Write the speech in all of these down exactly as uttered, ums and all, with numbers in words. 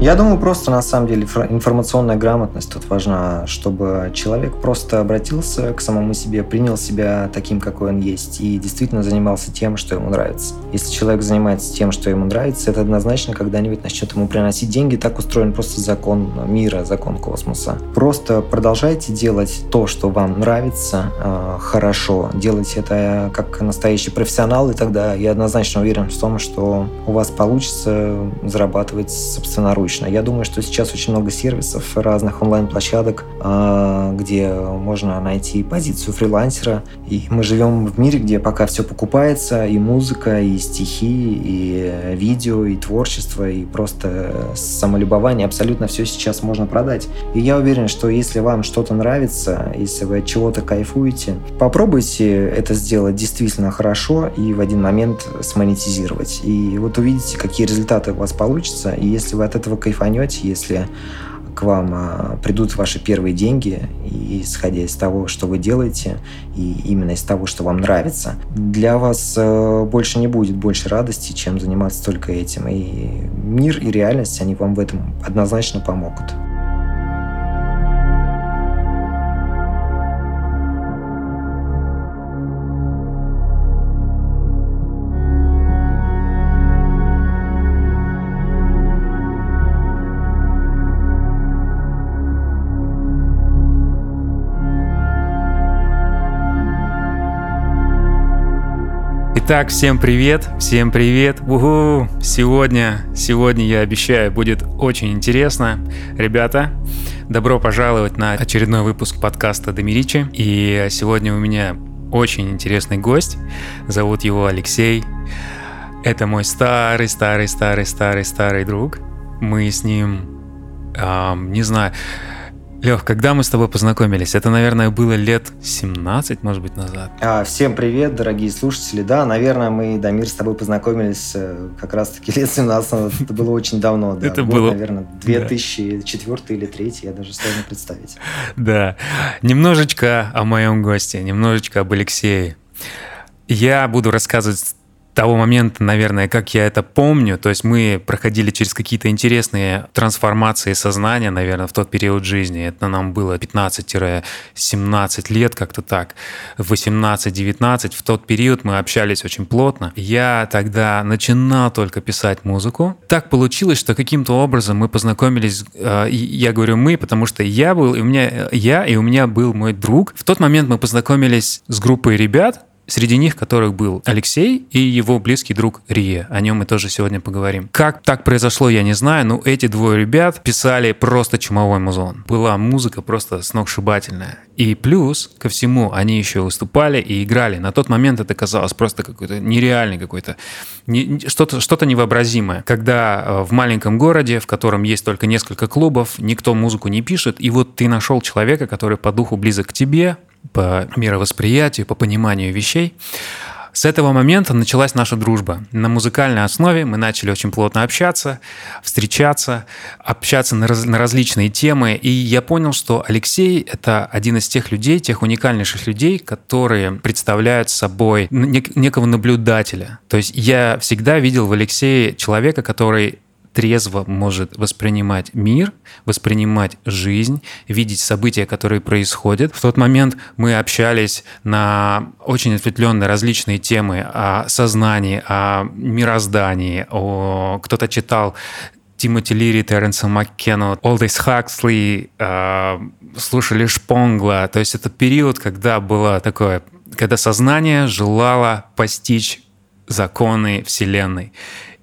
Я думаю, просто на самом деле информационная грамотность тут важна, чтобы человек просто обратился к самому себе, принял себя таким, какой он есть, и действительно занимался тем, что ему нравится. Если человек занимается тем, что ему нравится, это однозначно когда-нибудь начнет ему приносить деньги. Так устроен просто закон мира, закон космоса. Просто продолжайте делать то, что вам нравится, э, хорошо. Делайте это как настоящий профессионал, и тогда я однозначно уверен в том, что у вас получится зарабатывать собственноручно. Я думаю, что сейчас очень много сервисов, разных онлайн-площадок, где можно найти позицию фрилансера. И мы живем в мире, где пока все покупается, и музыка, и стихи, и видео, и творчество, и просто самолюбование. Абсолютно все сейчас можно продать. И я уверен, что если вам что-то нравится, если вы от чего-то кайфуете, попробуйте это сделать действительно хорошо и в один момент смонетизировать. И вот увидите, какие результаты у вас получатся. И если вы от этого кайфанете, если к вам а, придут ваши первые деньги, и, исходя из того, что вы делаете, и именно из того, что вам нравится, для вас а, больше не будет больше радости, чем заниматься только этим. И мир и реальность, они вам в этом однозначно помогут. Итак, всем привет, всем привет. У-ху. Сегодня, сегодня, я обещаю, будет очень интересно. Ребята, добро пожаловать на очередной выпуск подкаста Домиричи. И сегодня у меня очень интересный гость. Зовут его Алексей. Это мой старый, старый, старый, старый, старый друг. Мы с ним, эм, не знаю... Лёх, когда мы с тобой познакомились? Это, наверное, было лет семнадцать, может быть, назад. А, всем привет, дорогие слушатели. Да, наверное, мы, Дамир, с тобой познакомились как раз-таки лет семнадцать назад. Это было очень давно. Да. Это Год, было... наверное, две тысячи четвёртый или две тысячи третий, я даже сложно представить. Да. Немножечко о моем госте, немножечко об Алексее. Я буду рассказывать того момента, наверное, как я это помню. То есть мы проходили через какие-то интересные трансформации сознания, наверное, в тот период жизни. Это нам было пятнадцать-семнадцать лет, как-то так. восемнадцать-девятнадцать. В тот период мы общались очень плотно. Я тогда начинал только писать музыку. Так получилось, что каким-то образом мы познакомились. Я говорю «мы», потому что я был, и у меня, я, и у меня был мой друг. В тот момент мы познакомились с группой ребят, среди них которых был Алексей и его близкий друг Рия. О нем мы тоже сегодня поговорим. Как так произошло, я не знаю, но эти двое ребят писали просто чумовой музон. Была музыка просто сногсшибательная. И плюс ко всему они еще выступали и играли. На тот момент это казалось просто какой-то нереальный какой-то, не, что-то, что-то невообразимое. Когда в маленьком городе, в котором есть только несколько клубов, никто музыку не пишет, и вот ты нашел человека, который по духу близок к тебе, по мировосприятию, по пониманию вещей. С этого момента началась наша дружба. На музыкальной основе мы начали очень плотно общаться, встречаться, общаться на, раз, на различные темы. И я понял, что Алексей — это один из тех людей, тех уникальнейших людей, которые представляют собой нек- некого наблюдателя. То есть я всегда видел в Алексее человека, который трезво может воспринимать мир, воспринимать жизнь, видеть события, которые происходят. В тот момент мы общались на очень ответвленные различные темы о сознании, о мироздании. О... Кто-то читал Тимоти Лири, Терренса Маккена, Олдейс Хаксли, э, слушали Шпонгла. То есть это период, когда было такое, когда сознание желало постичь законы Вселенной.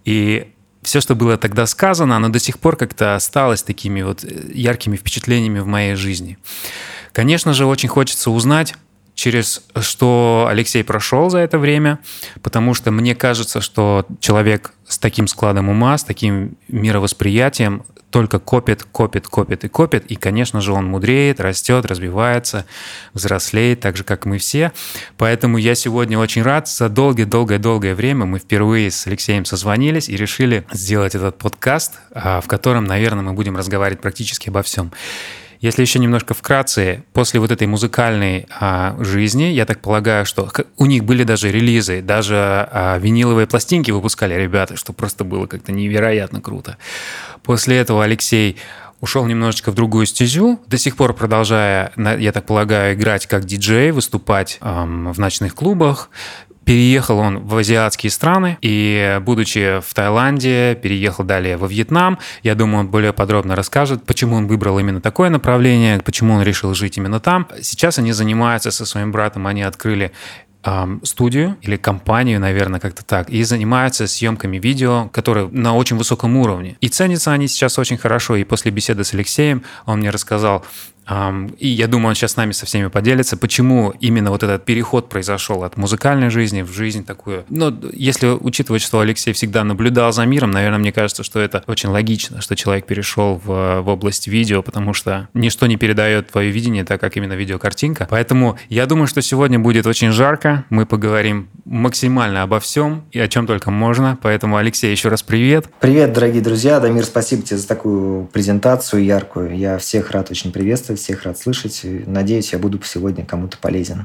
И все, что было тогда сказано, оно до сих пор как-то осталось такими вот яркими впечатлениями в моей жизни. Конечно же, очень хочется узнать, через что Алексей прошел за это время, потому что мне кажется, что человек с таким складом ума, с таким мировосприятием только копит, копит, копит и копит, и, конечно же, он мудреет, растет, развивается, взрослеет, так же, как мы все. Поэтому я сегодня очень рад. За долгое-долгое-долгое время мы впервые с Алексеем созвонились и решили сделать этот подкаст, в котором, наверное, мы будем разговаривать практически обо всем. Если еще немножко вкратце, после вот этой музыкальной а, жизни, я так полагаю, что у них были даже релизы, даже а, виниловые пластинки выпускали ребята, что просто было как-то невероятно круто. После этого Алексей ушел немножечко в другую стезю, до сих пор продолжая, я так полагаю, играть как диджей, выступать эм, в ночных клубах. Переехал он в азиатские страны, и, будучи в Таиланде, переехал далее во Вьетнам. Я думаю, он более подробно расскажет, почему он выбрал именно такое направление, почему он решил жить именно там. Сейчас они занимаются со своим братом, они открыли эм, студию или компанию, наверное, как-то так, и занимаются съемками видео, которые на очень высоком уровне. И ценятся они сейчас очень хорошо. И после беседы с Алексеем он мне рассказал, и я думаю, он сейчас с нами со всеми поделится, почему именно вот этот переход произошел от музыкальной жизни в жизнь такую. Но если учитывать, что Алексей всегда наблюдал за миром, наверное, мне кажется, что это очень логично, что человек перешел в, в область видео, потому что ничто не передает твое видение так, как именно видеокартинка. Поэтому я думаю, что сегодня будет очень жарко. Мы поговорим максимально обо всем и о чем только можно. Поэтому, Алексей, еще раз привет. Привет, дорогие друзья. Дамир, спасибо тебе за такую презентацию яркую. Я всех рад очень приветствовать. Всех рад слышать. Надеюсь, я буду сегодня кому-то полезен.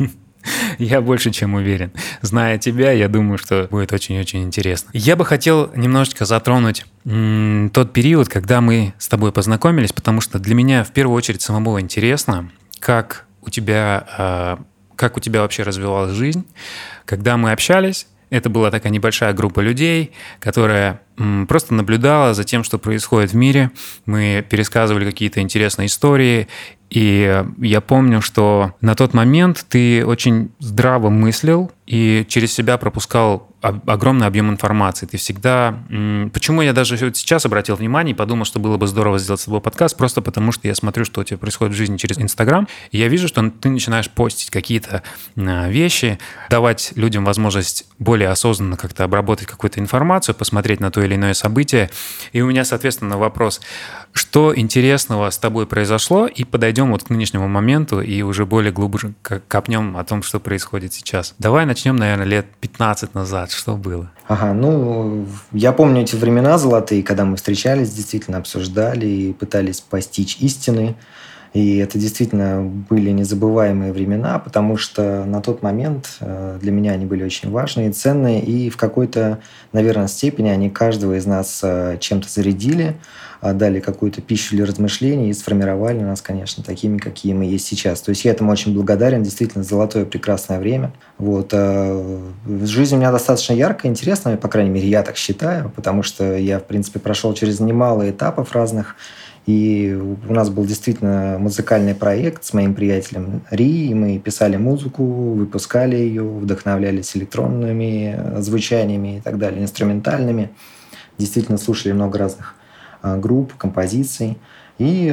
Я больше чем уверен. Зная тебя, я думаю, что будет очень-очень интересно. Я бы хотел немножечко затронуть м- тот период, когда мы с тобой познакомились, потому что для меня в первую очередь самого интересно, как у тебя, э, как у тебя вообще развивалась жизнь. Когда мы общались, это была такая небольшая группа людей, которая м, просто наблюдала за тем, что происходит в мире. Мы пересказывали какие-то интересные истории. И я помню, что на тот момент ты очень здраво мыслил и через себя пропускал огромный объем информации. Ты всегда... Почему я даже сейчас обратил внимание и подумал, что было бы здорово сделать с тобой подкаст, просто потому что я смотрю, что у тебя происходит в жизни через Инстаграм, и я вижу, что ты начинаешь постить какие-то вещи, давать людям возможность более осознанно как-то обработать какую-то информацию, посмотреть на то или иное событие. И у меня, соответственно, вопрос, что интересного с тобой произошло, и подойдем вот к нынешнему моменту и уже более глубже копнем о том, что происходит сейчас. Давай начнем, наверное, лет пятнадцать назад. Что было? Ага, ну, я помню эти времена золотые, когда мы встречались, действительно обсуждали и пытались постичь истины. И это действительно были незабываемые времена, потому что на тот момент для меня они были очень важные, ценные, и в какой-то, наверное, степени они каждого из нас чем-то зарядили, дали какую-то пищу для размышлений и сформировали нас, конечно, такими, какие мы есть сейчас. То есть я этому очень благодарен. Действительно, золотое прекрасное время. Вот. Жизнь у меня достаточно яркая, интересная, по крайней мере, я так считаю, потому что я, в принципе, прошел через немало этапов разных. И у нас был действительно музыкальный проект с моим приятелем Ри, и мы писали музыку, выпускали ее, вдохновлялись электронными звучаниями и так далее, инструментальными. Действительно слушали много разных групп, композиций. И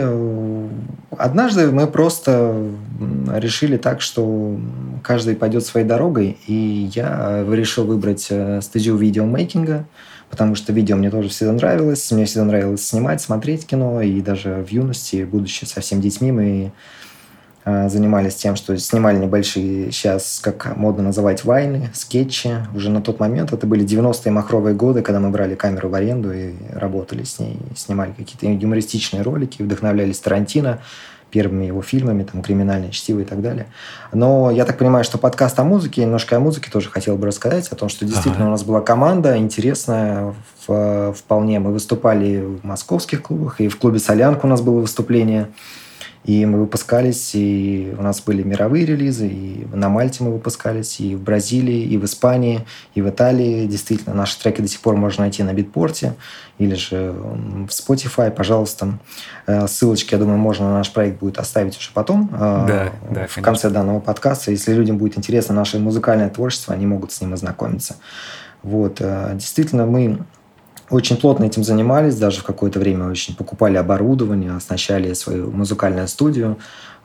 однажды мы просто решили так, что каждый пойдет своей дорогой, и я решил выбрать стезю видеомейкинга, потому что видео мне тоже всегда нравилось. Мне всегда нравилось снимать, смотреть кино, и даже в юности, будучи совсем детьми, мы занимались тем, что снимали небольшие, сейчас, как модно называть, вайны, скетчи. Уже на тот момент, это были девяностые махровые годы, когда мы брали камеру в аренду и работали с ней, снимали какие-то юмористичные ролики, вдохновлялись Тарантино первыми его фильмами, там, «Криминальное чтиво» и так далее. Но я так понимаю, что подкаст о музыке, немножко о музыке тоже хотел бы рассказать, о том, что действительно ага. у нас была команда интересная, в, вполне. Мы выступали в московских клубах, и в клубе «Солянка» у нас было выступление. И мы выпускались, и у нас были мировые релизы, и на Мальте мы выпускались, и в Бразилии, и в Испании, и в Италии. Действительно, наши треки до сих пор можно найти на Битпорте или же в Spotify, пожалуйста. Ссылочки, я думаю, можно на наш проект будет оставить уже потом, да, в да, конце данного подкаста. Если людям будет интересно наше музыкальное творчество, они могут с ним ознакомиться. Вот. Действительно, мы очень плотно этим занимались, даже в какое-то время очень покупали оборудование, оснащали свою музыкальную студию.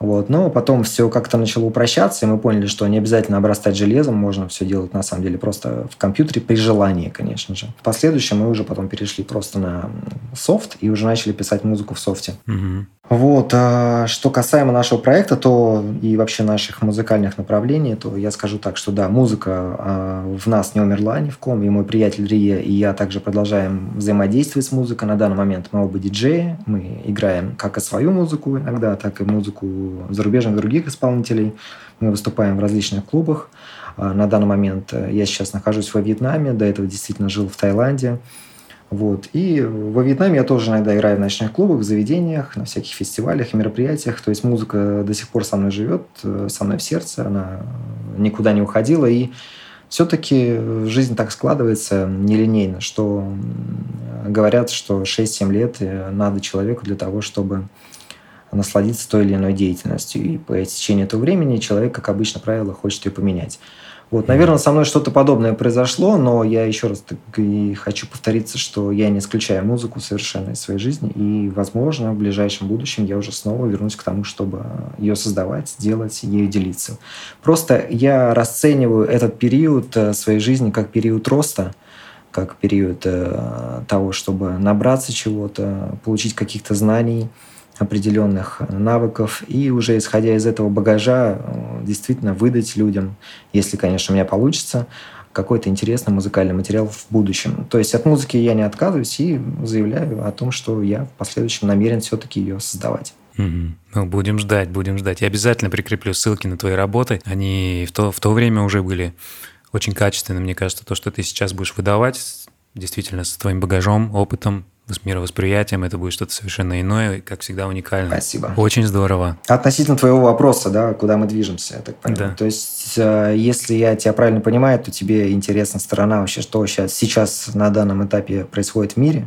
Вот. Но потом все как-то начало упрощаться, и мы поняли, что не обязательно обрастать железом, можно все делать на самом деле просто в компьютере при желании, конечно же. В последующем мы уже потом перешли просто на софт и уже начали писать музыку в софте. Угу. Вот. А что касаемо нашего проекта, то и вообще наших музыкальных направлений, то я скажу так, что да, музыка а, в нас не умерла ни в ком, и мой приятель Рия, и я также продолжаем взаимодействовать с музыкой. На данный момент мы оба диджеи, мы играем как и свою музыку иногда, так и музыку зарубежных других исполнителей. Мы выступаем в различных клубах. А, на данный момент я сейчас нахожусь во Вьетнаме, до этого действительно жил в Таиланде. Вот. И во Вьетнаме я тоже иногда играю в ночных клубах, в заведениях, на всяких фестивалях и мероприятиях. То есть музыка до сих пор со мной живет, со мной в сердце, она никуда не уходила. И все-таки жизнь так складывается нелинейно, что говорят, что шесть-семь лет надо человеку для того, чтобы насладиться той или иной деятельностью. И по истечении этого времени человек, как обычно правило, хочет ее поменять. Вот, наверное, со мной что-то подобное произошло, но я еще раз и хочу повториться, что я не исключаю музыку совершенно из своей жизни, и, возможно, в ближайшем будущем я уже снова вернусь к тому, чтобы ее создавать, делать, ею делиться. Просто я расцениваю этот период своей жизни как период роста, как период того, чтобы набраться чего-то, получить каких-то знаний, определенных навыков, и уже исходя из этого багажа действительно выдать людям, если, конечно, у меня получится, какой-то интересный музыкальный материал в будущем. То есть от музыки я не отказываюсь и заявляю о том, что я в последующем намерен все-таки ее создавать. Mm-hmm. Ну, будем ждать, будем ждать. Я обязательно прикреплю ссылки на твои работы. Они в то, в то время уже были очень качественны. Мне кажется, то, что ты сейчас будешь выдавать, действительно, с твоим багажом, опытом, с мировосприятием, это будет что-то совершенно иное, как всегда, уникальное. Спасибо. Очень здорово. Относительно твоего вопроса, да, куда мы движемся, я так понимаю. Да. То есть, если я тебя правильно понимаю, то тебе интересна сторона вообще, что сейчас, сейчас на данном этапе происходит в мире,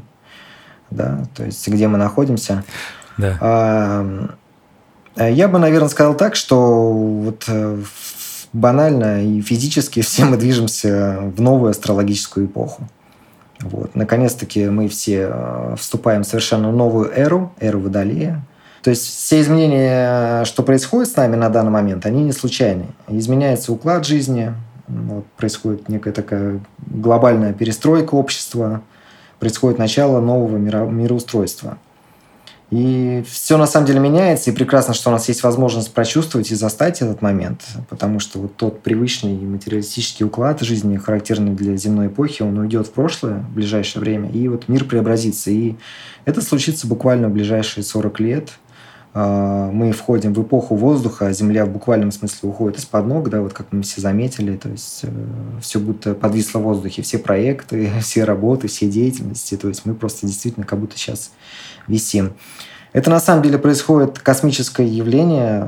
да, то есть, где мы находимся. Да. А, я бы, наверное, сказал так, что вот банально и физически все мы движемся в новую астрологическую эпоху. Вот. Наконец-таки мы все э, вступаем в совершенно новую эру, эру Водолея. То есть все изменения, что происходит с нами на данный момент, они не случайны. Изменяется уклад жизни, вот, происходит некая такая глобальная перестройка общества, происходит начало нового миро- мироустройства. И все на самом деле меняется, и прекрасно, что у нас есть возможность прочувствовать и застать этот момент, потому что вот тот привычный материалистический уклад жизни, характерный для земной эпохи, он уйдет в прошлое в ближайшее время, и вот мир преобразится. И это случится буквально в ближайшие сорок лет. Мы входим в эпоху воздуха, Земля в буквальном смысле уходит из-под ног, да, вот как мы все заметили, то есть все будто подвисло в воздухе, все проекты, все работы, все деятельности, то есть мы просто действительно как будто сейчас висим. Это на самом деле происходит космическое явление.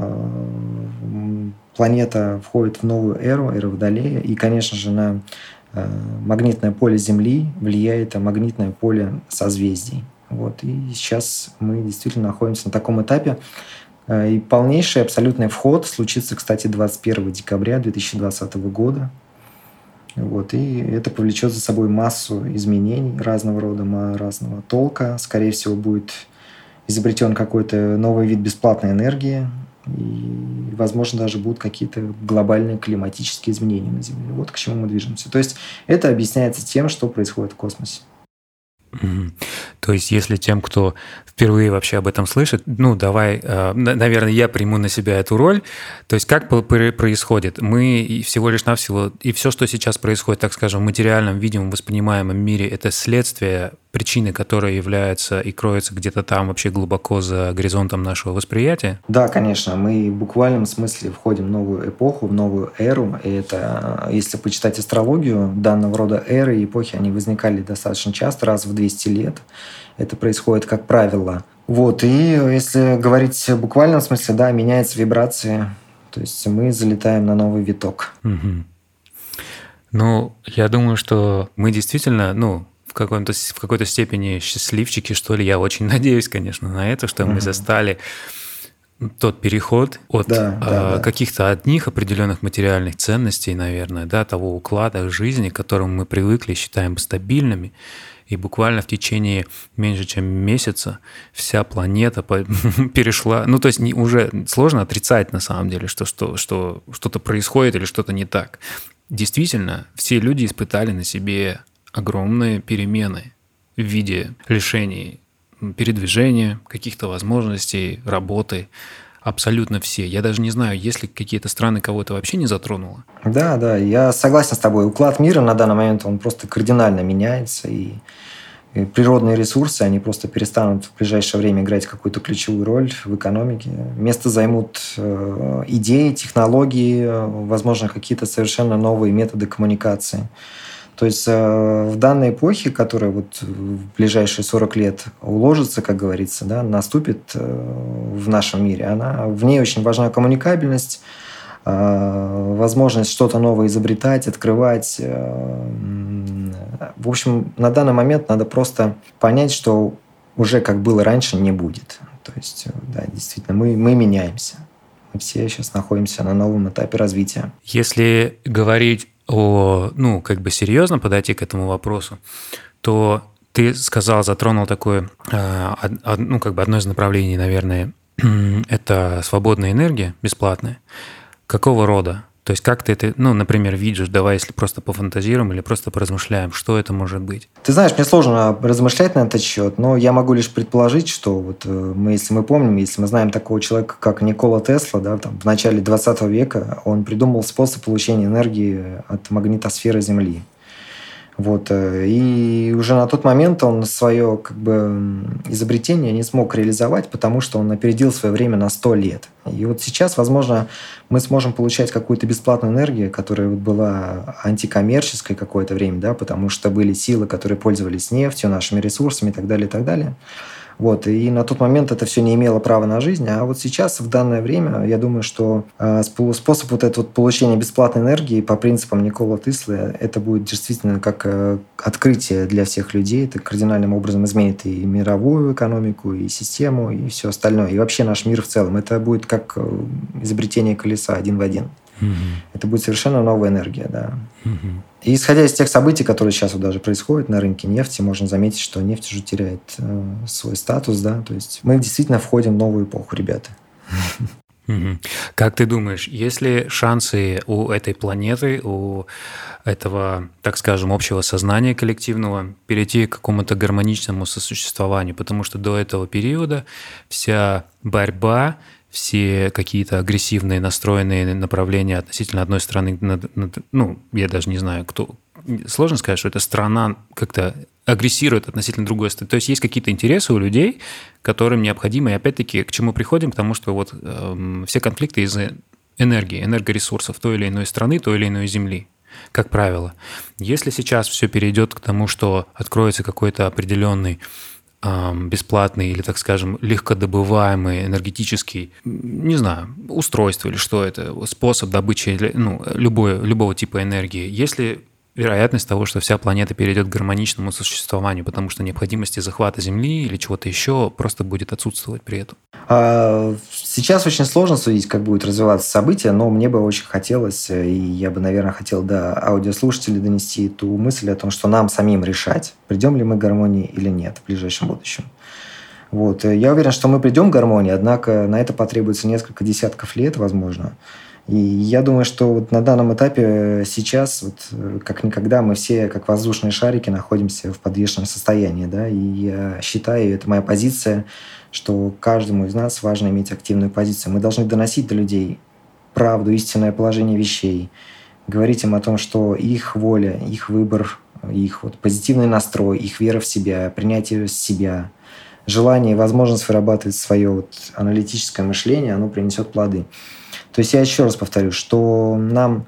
Планета входит в новую эру, эру Водолея. И, конечно же, на магнитное поле Земли влияет магнитное поле созвездий. Вот. И сейчас мы действительно находимся на таком этапе. И полнейший абсолютный вход случится, кстати, двадцать первого декабря две тысячи двадцатого года. Вот, и это повлечет за собой массу изменений разного рода, разного толка. Скорее всего, будет изобретен какой-то новый вид бесплатной энергии. И, возможно, даже будут какие-то глобальные климатические изменения на Земле. Вот к чему мы движемся. То есть это объясняется тем, что происходит в космосе. Mm-hmm. То есть, если тем, кто впервые вообще об этом слышит, ну, давай, э, наверное, я приму на себя эту роль. То есть, как происходит? Мы всего лишь навсего, и все, что сейчас происходит, так скажем, в материальном, видимом, воспринимаемом мире, это следствие причины, которые являются и кроются где-то там вообще глубоко за горизонтом нашего восприятия? Да, конечно. Мы в буквальном смысле входим в новую эпоху, в новую эру. И это, если почитать астрологию, данного рода эры и эпохи, они возникали достаточно часто, раз в двести лет. Это происходит, как правило. Вот. И если говорить в буквальном смысле, да, меняются вибрации. То есть мы залетаем на новый виток. Угу. Ну, я думаю, что мы действительно, ну, в, каком-то, в какой-то степени счастливчики, что ли. Я очень надеюсь, конечно, на это, что угу. мы застали тот переход от да, а, да, да. каких-то одних определенных материальных ценностей, наверное, да, того уклада жизни, к которому мы привыкли, считаем стабильными, и буквально в течение меньше чем месяца вся планета перешла... Ну, то есть уже сложно отрицать на самом деле, что, что, что что-то происходит или что-то не так. Действительно, все люди испытали на себе огромные перемены в виде лишений передвижения, каких-то возможностей, работы. Абсолютно все. Я даже не знаю, есть ли какие-то страны, кого это вообще не затронуло. Да, да, я согласен с тобой. Уклад мира на данный момент, он просто кардинально меняется, и, и природные ресурсы, они просто перестанут в ближайшее время играть какую-то ключевую роль в экономике. Место займут э, идеи, технологии, возможно, какие-то совершенно новые методы коммуникации. То есть э, в данной эпохе, которая вот в ближайшие сорок лет уложится, как говорится, да, наступит э, в нашем мире, она, в ней очень важна коммуникабельность, э, возможность что-то новое изобретать, открывать. Э, в общем, на данный момент надо просто понять, что уже как было раньше, не будет. То есть, да, действительно, мы, мы меняемся. Мы все сейчас находимся на новом этапе развития. Если говорить о, ну, как бы серьезно подойти к этому вопросу, то ты сказал, затронул такое, ну, как бы одно из направлений, наверное, это свободная энергия, бесплатная. Какого рода? То есть как ты это, ну, например, видишь, давай, если просто пофантазируем или просто поразмышляем, что это может быть? Ты знаешь, мне сложно размышлять на этот счет, но я могу лишь предположить, что вот мы, если мы помним, если мы знаем такого человека, как Никола Тесла, да, там, в начале двадцатого века, он придумал способ получения энергии от магнитосферы Земли. Вот. И уже на тот момент он свое как бы, изобретение не смог реализовать, потому что он опередил свое время на сто лет. И вот сейчас, возможно, мы сможем получать какую-то бесплатную энергию, которая вот была антикоммерческой какое-то время, да, потому что были силы, которые пользовались нефтью, нашими ресурсами и так далее, и так далее. Вот. И на тот момент это все не имело права на жизнь. А вот сейчас, в данное время, я думаю, что э, способ вот этого вот получения бесплатной энергии по принципам Никола Теслы, это будет действительно как э, открытие для всех людей. Это кардинальным образом изменит и мировую экономику, и систему, и все остальное. И вообще наш мир в целом. Это будет как э, изобретение колеса один в один. Mm-hmm. Это будет совершенно новая энергия, да. Mm-hmm. И исходя из тех событий, которые сейчас вот даже происходят на рынке нефти, можно заметить, что нефть уже теряет э, свой статус, да. То есть мы действительно входим в новую эпоху, ребята. Mm-hmm. Как ты думаешь, есть ли шансы у этой планеты, у этого, так скажем, общего сознания коллективного перейти к какому-то гармоничному сосуществованию? Потому что до этого периода вся борьба, все какие-то агрессивные настроенные направления относительно одной страны, ну, я даже не знаю, кто... Сложно сказать, что эта страна как-то агрессирует относительно другой страны. То есть есть какие-то интересы у людей, которым необходимо, и опять-таки к чему приходим? К тому, что вот э, все конфликты из-за энергии, энергоресурсов той или иной страны, той или иной земли, как правило. Если сейчас все перейдет к тому, что откроется какой-то определенный бесплатный или, так скажем, легкодобываемый энергетический, не знаю, устройство или что это, способ добычи, ну, любой, любого типа энергии, если вероятность того, что вся планета перейдет к гармоничному существованию, потому что необходимости захвата Земли или чего-то еще просто будет отсутствовать при этом? Сейчас очень сложно судить, как будет развиваться событие, но мне бы очень хотелось, и я бы, наверное, хотел до аудиослушателей донести ту мысль о том, что нам самим решать, придем ли мы к гармонии или нет в ближайшем будущем. Вот. Я уверен, что мы придем к гармонии, однако на это потребуется несколько десятков лет, возможно. И я думаю, что вот на данном этапе сейчас, вот, как никогда, мы все, как воздушные шарики, находимся в подвешенном состоянии. Да? И я считаю, это моя позиция, что каждому из нас важно иметь активную позицию. Мы должны доносить до людей правду, истинное положение вещей, говорить им о том, что их воля, их выбор, их вот позитивный настрой, их вера в себя, принятие себя, желание и возможность вырабатывать свое вот аналитическое мышление, оно принесет плоды. То есть я еще раз повторю, что нам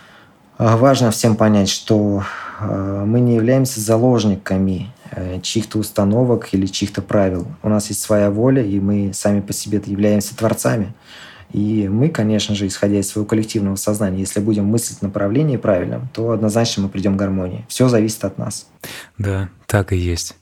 важно всем понять, что мы не являемся заложниками чьих-то установок или чьих-то правил. У нас есть своя воля, и мы сами по себе являемся творцами. И мы, конечно же, исходя из своего коллективного сознания, если будем мыслить в направлении правильном, то однозначно мы придем к гармонии. Все зависит от нас. Да, так и есть.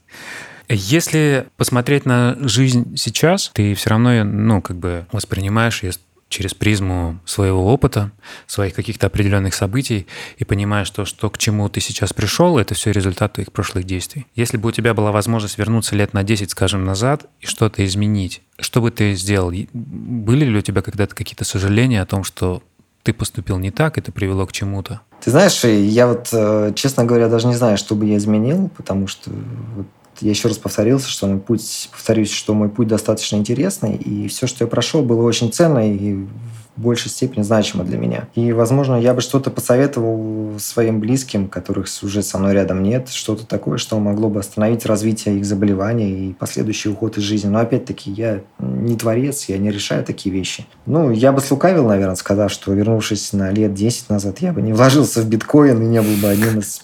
Если посмотреть на жизнь сейчас, ты все равно, ну, как бы воспринимаешь ее через призму своего опыта, своих каких-то определенных событий и понимаешь, что, что к чему ты сейчас пришел, это все результат твоих прошлых действий. Если бы у тебя была возможность вернуться лет на десять, скажем, назад и что-то изменить, что бы ты сделал? Были ли у тебя когда-то какие-то сожаления о том, что ты поступил не так, это привело к чему-то? Ты знаешь, я вот, честно говоря, даже не знаю, что бы я изменил, потому что я еще раз повторился, что мой путь, повторюсь, что мой путь достаточно интересный, и все, что я прошел, было очень ценно и в большей степени значимо для меня. И, возможно, я бы что-то посоветовал своим близким, которых уже со мной рядом нет, что-то такое, что могло бы остановить развитие их заболеваний и последующий уход из жизни. Но, опять-таки, я не творец, я не решаю такие вещи. Ну, я бы слукавил, наверное, сказав, что, вернувшись на лет десять назад, я бы не вложился в биткоин и не был бы одним из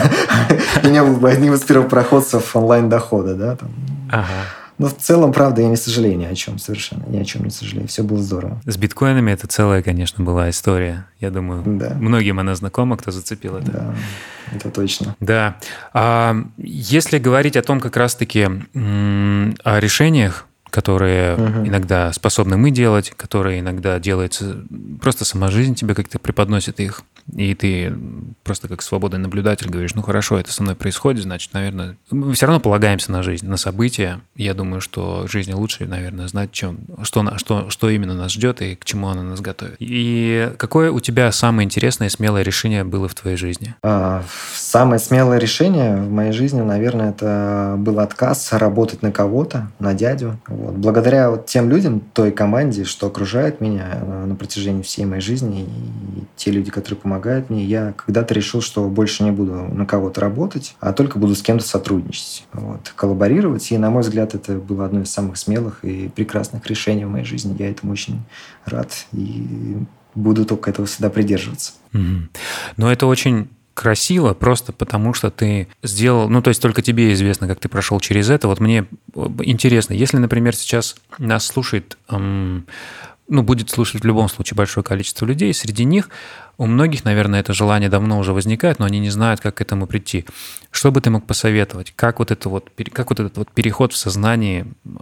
первопроходцев онлайн-дохода, да, там. Ага. Но в целом, правда, я не сожалею ни о чем совершенно, ни о чем не сожалею. Все было здорово. С биткоинами это целая, конечно, была история. Я думаю, да. многим она знакома, кто зацепил это. Да, это точно. Да. А если говорить о том, как раз-таки м- о решениях, которые угу. иногда способны мы делать, которые иногда делается просто сама жизнь тебе как-то преподносит их, и ты просто как свободный наблюдатель говоришь, ну хорошо, это со мной происходит, значит, наверное, мы все равно полагаемся на жизнь, на события. Я думаю, что в жизни лучше, наверное, знать, чем, что, что, что именно нас ждет и к чему она нас готовит. И какое у тебя самое интересное и смелое решение было в твоей жизни? А, самое смелое решение в моей жизни, наверное, это был отказ работать на кого-то, на дядю. Вот. Благодаря вот тем людям, той команде, что окружает меня на, на протяжении всей моей жизни, и те люди, которые помогают мне, я когда-то решил, что больше не буду на кого-то работать, а только буду с кем-то сотрудничать, вот, коллаборировать. И, на мой взгляд, это было одно из самых смелых и прекрасных решений в моей жизни. Я этому очень рад и буду только этого всегда придерживаться. Mm-hmm. Но это очень красиво, просто потому что ты сделал, ну, то есть только тебе известно, как ты прошел через это. Вот мне интересно, если, например, сейчас нас слушает, эм, ну, будет слушать в любом случае большое количество людей, среди них у многих, наверное, это желание давно уже возникает, но они не знают, как к этому прийти. Что бы ты мог посоветовать? Как вот, это вот, как вот этот вот переход в сознании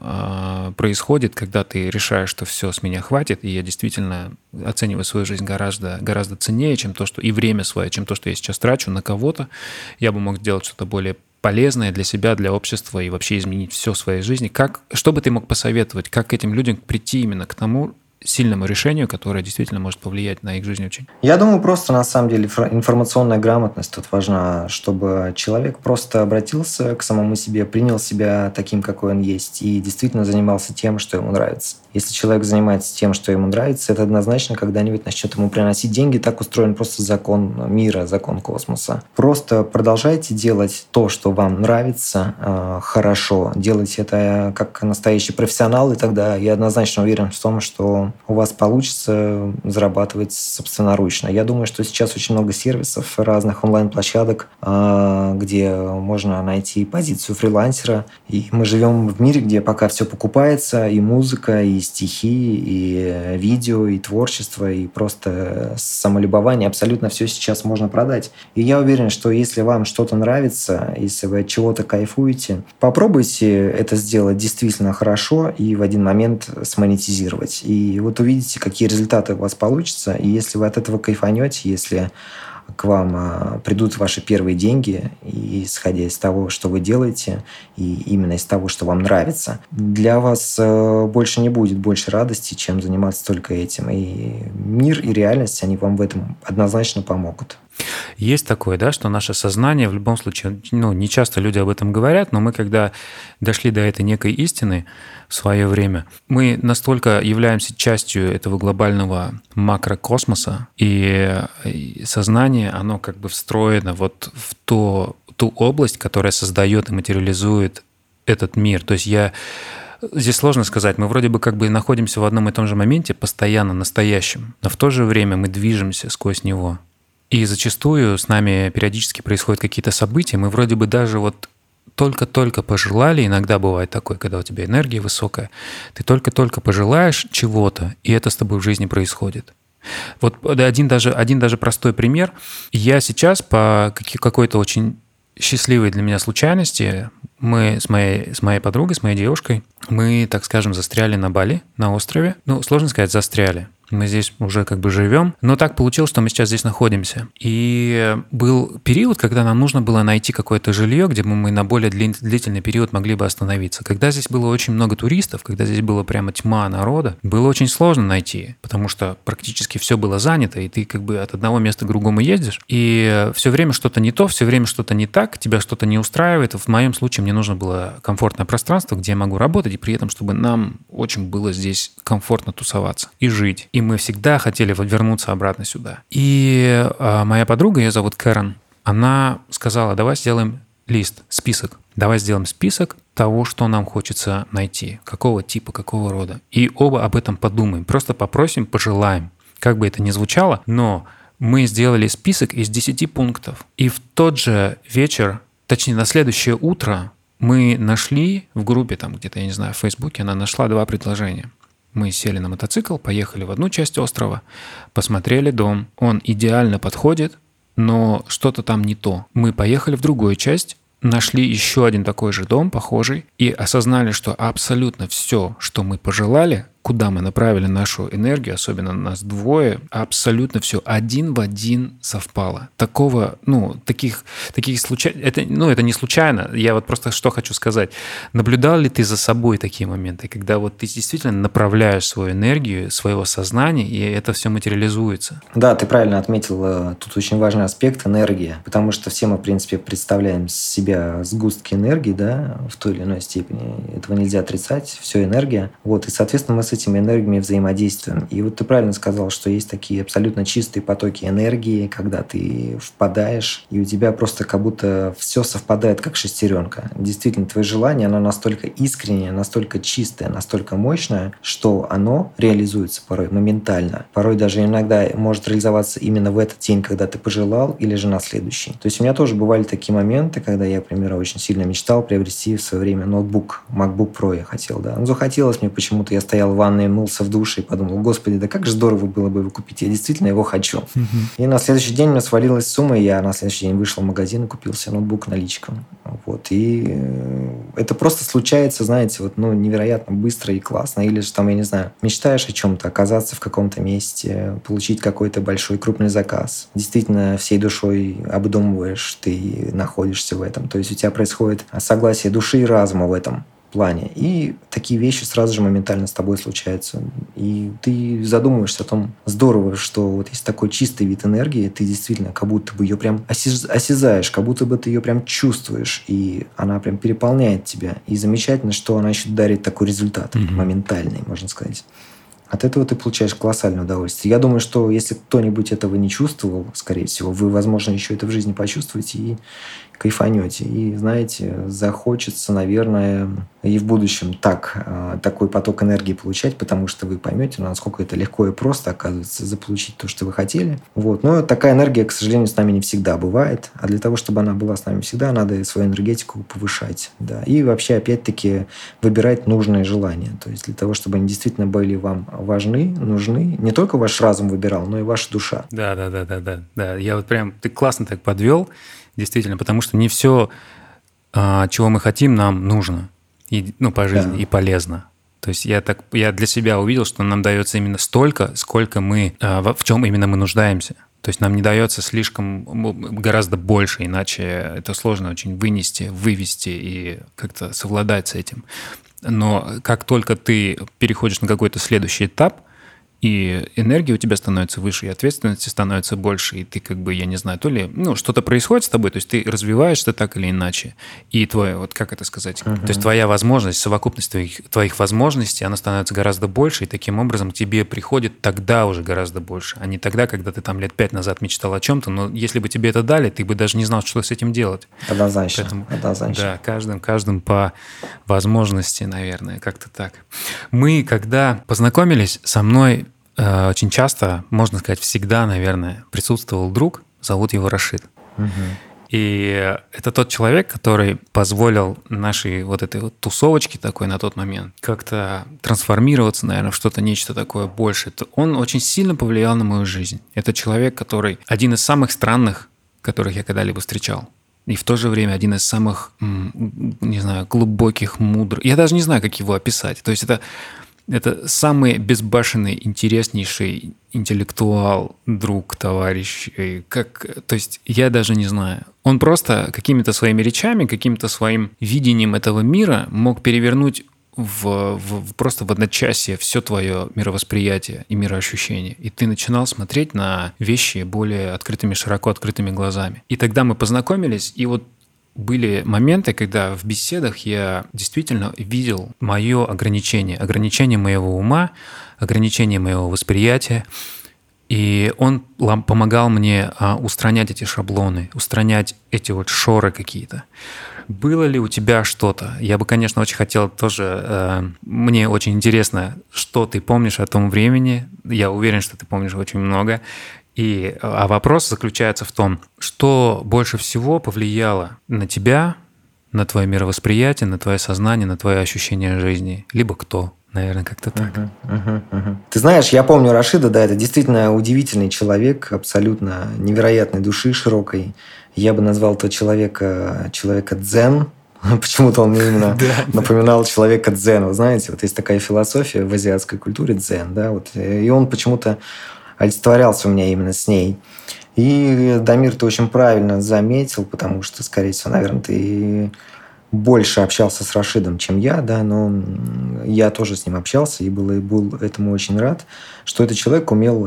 э, происходит, когда ты решаешь, что все, с меня хватит, и я действительно оцениваю свою жизнь гораздо, гораздо ценнее, чем то, что и время свое, чем то, что я сейчас трачу на кого-то. Я бы мог сделать что-то более полезное для себя, для общества и вообще изменить все в своей жизни. Как, что бы ты мог посоветовать? Как к этим людям прийти именно к тому сильному решению, которое действительно может повлиять на их жизнь очень? Я думаю, просто на самом деле информационная грамотность тут важна, чтобы человек просто обратился к самому себе, принял себя таким, какой он есть, и действительно занимался тем, что ему нравится. Если человек занимается тем, что ему нравится, это однозначно когда-нибудь начнет ему приносить деньги. Так устроен просто закон мира, закон космоса. Просто продолжайте делать то, что вам нравится, э, хорошо. Делайте это как настоящий профессионал, и тогда я однозначно уверен в том, что у вас получится зарабатывать собственноручно. Я думаю, что сейчас очень много сервисов, разных онлайн-площадок, э, где можно найти позицию фрилансера. И мы живем в мире, где пока все покупается, и музыка, и стихи, и видео, и творчество, и просто самолюбование. Абсолютно все сейчас можно продать. И я уверен, что если вам что-то нравится, если вы от чего-то кайфуете, попробуйте это сделать действительно хорошо и в один момент смонетизировать. И вот увидите, какие результаты у вас получатся. И если вы от этого кайфанете, если к вам придут ваши первые деньги, и исходя из того, что вы делаете, и именно из того, что вам нравится, для вас больше не будет больше радости, чем заниматься только этим. И мир и реальность, они вам в этом однозначно помогут. Есть такое, да, что наше сознание, в любом случае, ну, не часто люди об этом говорят, но мы, когда дошли до этой некой истины в свое время, мы настолько являемся частью этого глобального макрокосмоса, и сознание, оно как бы встроено вот в то, ту область, которая создает и материализует этот мир. То есть я... Здесь сложно сказать, мы вроде бы как бы находимся в одном и том же моменте, постоянно настоящем, но в то же время мы движемся сквозь него. И зачастую с нами периодически происходят какие-то события, мы вроде бы даже вот только-только пожелали, иногда бывает такое, когда у тебя энергия высокая, ты только-только пожелаешь чего-то, и это с тобой в жизни происходит. Вот один даже, один даже простой пример. Я сейчас по какой-то очень счастливой для меня случайности, мы с моей, с моей подругой, с моей девушкой, мы, так скажем, застряли на Бали, на острове. Ну, сложно сказать, застряли. Мы здесь уже как бы живем, но так получилось, что мы сейчас здесь находимся. И был период, когда нам нужно было найти какое-то жилье, где мы на более длительный период могли бы остановиться. Когда здесь было очень много туристов, когда здесь была прямо тьма народа, было очень сложно найти, потому что практически все было занято, и ты как бы от одного места к другому ездишь, и все время что-то не то, все время что-то не так, тебя что-то не устраивает. В моем случае мне нужно было комфортное пространство, где я могу работать, и при этом, чтобы нам очень было здесь комфортно тусоваться и жить. И мы всегда хотели вернуться обратно сюда. И а, моя подруга, ее зовут Кэрон, она сказала, давай сделаем лист, список. Давай сделаем список того, что нам хочется найти, какого типа, какого рода. И оба об этом подумаем. Просто попросим, пожелаем. Как бы это ни звучало, но мы сделали список из десяти пунктов. И в тот же вечер, точнее, на следующее утро мы нашли в группе, там где-то, я не знаю, в Фейсбуке, она нашла два предложения. Мы сели на мотоцикл, поехали в одну часть острова, посмотрели дом. Он идеально подходит, но что-то там не то. Мы поехали в другую часть, нашли еще один такой же дом, похожий, и осознали, что абсолютно все, что мы пожелали, куда мы направили нашу энергию, особенно нас двое, абсолютно все один в один совпало. Такого, ну, таких, таких случайно, это, ну, это не случайно. Я вот просто что хочу сказать. Наблюдал ли ты за собой такие моменты, когда вот ты действительно направляешь свою энергию, своего сознания, и это все материализуется? Да, ты правильно отметил, тут очень важный аспект — энергия, потому что все мы, в принципе, представляем себя сгустки энергии, да, в той или иной степени. Этого нельзя отрицать, все энергия. Вот, и, соответственно, мы с этими энергиями взаимодействуем. И вот ты правильно сказал, что есть такие абсолютно чистые потоки энергии, когда ты впадаешь, и у тебя просто как будто все совпадает, как шестеренка. Действительно, твое желание, оно настолько искреннее, настолько чистое, настолько мощное, что оно реализуется порой моментально. Порой даже иногда может реализоваться именно в этот день, когда ты пожелал, или же на следующий. То есть у меня тоже бывали такие моменты, когда я, к примеру, очень сильно мечтал приобрести в свое время ноутбук, MacBook Pro я хотел, да. Ну, захотелось мне почему-то, я стоял в ванной, мылся в душе и подумал, господи, да как же здорово было бы его купить, я действительно его хочу. Uh-huh. И на следующий день мне свалилась сумма, и я на следующий день вышел в магазин и купил себе ноутбук наличком. Вот. И это просто случается, знаете, вот, ну, невероятно быстро и классно. Или же там, я не знаю, мечтаешь о чем-то, оказаться в каком-то месте, получить какой-то большой крупный заказ. Действительно, всей душой обдумываешь, ты находишься в этом. То есть у тебя происходит согласие души и разума в этом плане. И такие вещи сразу же моментально с тобой случаются. И ты задумываешься о том, здорово, что вот есть такой чистый вид энергии, ты действительно как будто бы ее прям осязаешь, как будто бы ты ее прям чувствуешь, и она прям переполняет тебя. И замечательно, что она еще дарит такой результат, mm-hmm. моментальный, можно сказать. От этого ты получаешь колоссальное удовольствие. Я думаю, что если кто-нибудь этого не чувствовал, скорее всего, вы, возможно, еще это в жизни почувствуете и кайфанете. И, знаете, захочется, наверное, и в будущем так, такой поток энергии получать, потому что вы поймете, насколько это легко и просто, оказывается, заполучить то, что вы хотели. Вот. Но такая энергия, к сожалению, с нами не всегда бывает. А для того, чтобы она была с нами всегда, надо свою энергетику повышать. Да. И вообще, опять-таки, выбирать нужные желания. То есть для того, чтобы они действительно были вам важны, нужны. Не только ваш разум выбирал, но и ваша душа. Да, да, да, да, да. да. Я вот прям, ты классно так подвел, действительно, потому что не все, чего мы хотим, нам нужно. И, ну, по жизни, да. И полезно. То есть я, так, я для себя увидел, что нам дается именно столько, сколько мы, в чем именно мы нуждаемся. То есть нам не дается слишком, гораздо больше, иначе это сложно очень вынести, вывести и как-то совладать с этим. Но как только ты переходишь на какой-то следующий этап, и энергия у тебя становится выше, и ответственности становится больше, и ты как бы, я не знаю, то ли, ну, что-то происходит с тобой, то есть ты развиваешься так или иначе, и твое, вот как это сказать, uh-huh. то есть твоя возможность, совокупность твоих, твоих возможностей, она становится гораздо больше, и таким образом к тебе приходит тогда уже гораздо больше, а не тогда, когда ты там лет пять назад мечтал о чем-то, но если бы тебе это дали, ты бы даже не знал, что с этим делать. Однозначно, Поэтому, однозначно. Да, каждым, каждым по возможности, наверное, как-то так. Мы, когда познакомились, со мной очень часто, можно сказать, всегда, наверное, присутствовал друг, зовут его Рашид. Угу. И это тот человек, который позволил нашей вот этой вот тусовочке такой на тот момент как-то трансформироваться, наверное, в что-то, нечто такое большее. Он очень сильно повлиял на мою жизнь. Это человек, который один из самых странных, которых я когда-либо встречал. И в то же время один из самых, не знаю, глубоких, мудрых. Я даже не знаю, как его описать. То есть это Это самый безбашенный, интереснейший интеллектуал, друг, товарищ. Как, то есть я даже не знаю. Он просто какими-то своими речами, каким-то своим видением этого мира мог перевернуть в, в, просто в одночасье все твое мировосприятие и мироощущение. И ты начинал смотреть на вещи более открытыми, широко открытыми глазами. И тогда мы познакомились, и вот были моменты, когда в беседах я действительно видел мое ограничение, ограничение моего ума, ограничение моего восприятия. И он помогал мне устранять эти шаблоны, устранять эти вот шоры какие-то. Было ли у тебя что-то? Я бы, конечно, очень хотел тоже... Э, мне очень интересно, что ты помнишь о том времени. Я уверен, что ты помнишь очень много. И, а вопрос заключается в том, что больше всего повлияло на тебя, на твое мировосприятие, на твое сознание, на твое ощущение жизни. Либо кто. Наверное, как-то так. Uh-huh, uh-huh, uh-huh. Ты знаешь, я помню Рашида, да, это действительно удивительный человек, абсолютно невероятной души, широкой. Я бы назвал этого человека человека дзен. Почему-то он мне именно напоминал человека дзен. Вы знаете, вот есть такая философия в азиатской культуре дзен, да, вот, и он почему-то олицетворялся у меня именно с ней. И, Дамир, ты очень правильно заметил, потому что, скорее всего, наверное, ты больше общался с Рашидом, чем я, да, но я тоже с ним общался и был, и был этому очень рад, что этот человек умел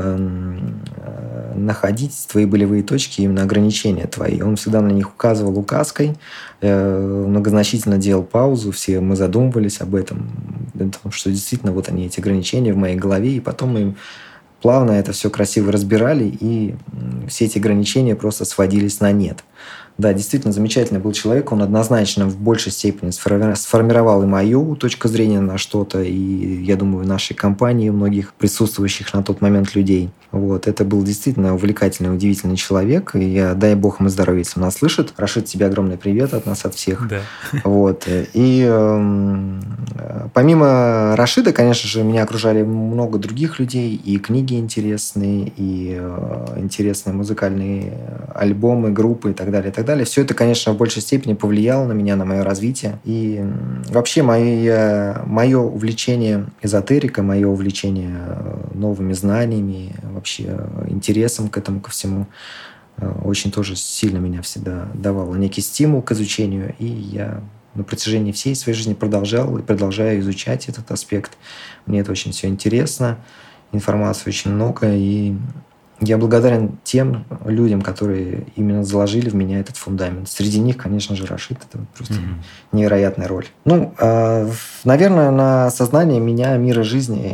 э, находить твои болевые точки, именно ограничения твои. Он всегда на них указывал указкой, э, многозначительно делал паузу, все мы задумывались об этом, что действительно вот они, эти ограничения в моей голове, и потом мы плавно это все красиво разбирали, и все эти ограничения просто сводились на нет. Да, действительно, замечательный был человек. Он однозначно в большей степени сформировал и мою точку зрения на что-то, и, я думаю, в нашей компании, многих присутствующих на тот момент людей. Вот. Это был действительно увлекательный, удивительный человек. И я, дай бог ему здоровья, если он нас слышит. Рашид, тебе огромный привет от нас, от всех. Да. Вот. И э, помимо Рашида, конечно же, меня окружали много других людей, и книги интересные, и э, интересные музыкальные альбомы, группы и так далее, и так далее. Все это, конечно, в большей степени повлияло на меня, на мое развитие. И вообще мое, мое увлечение эзотерикой, мое увлечение новыми знаниями, вообще интересом к этому, ко всему, очень тоже сильно меня всегда давало некий стимул к изучению. И я на протяжении всей своей жизни продолжал и продолжаю изучать этот аспект. Мне это очень все интересно. Информации очень много. И я благодарен тем людям, которые именно заложили в меня этот фундамент. Среди них, конечно же, Рашид. Это просто mm-hmm. невероятная роль. Ну, э, наверное, на сознание меня, мира жизни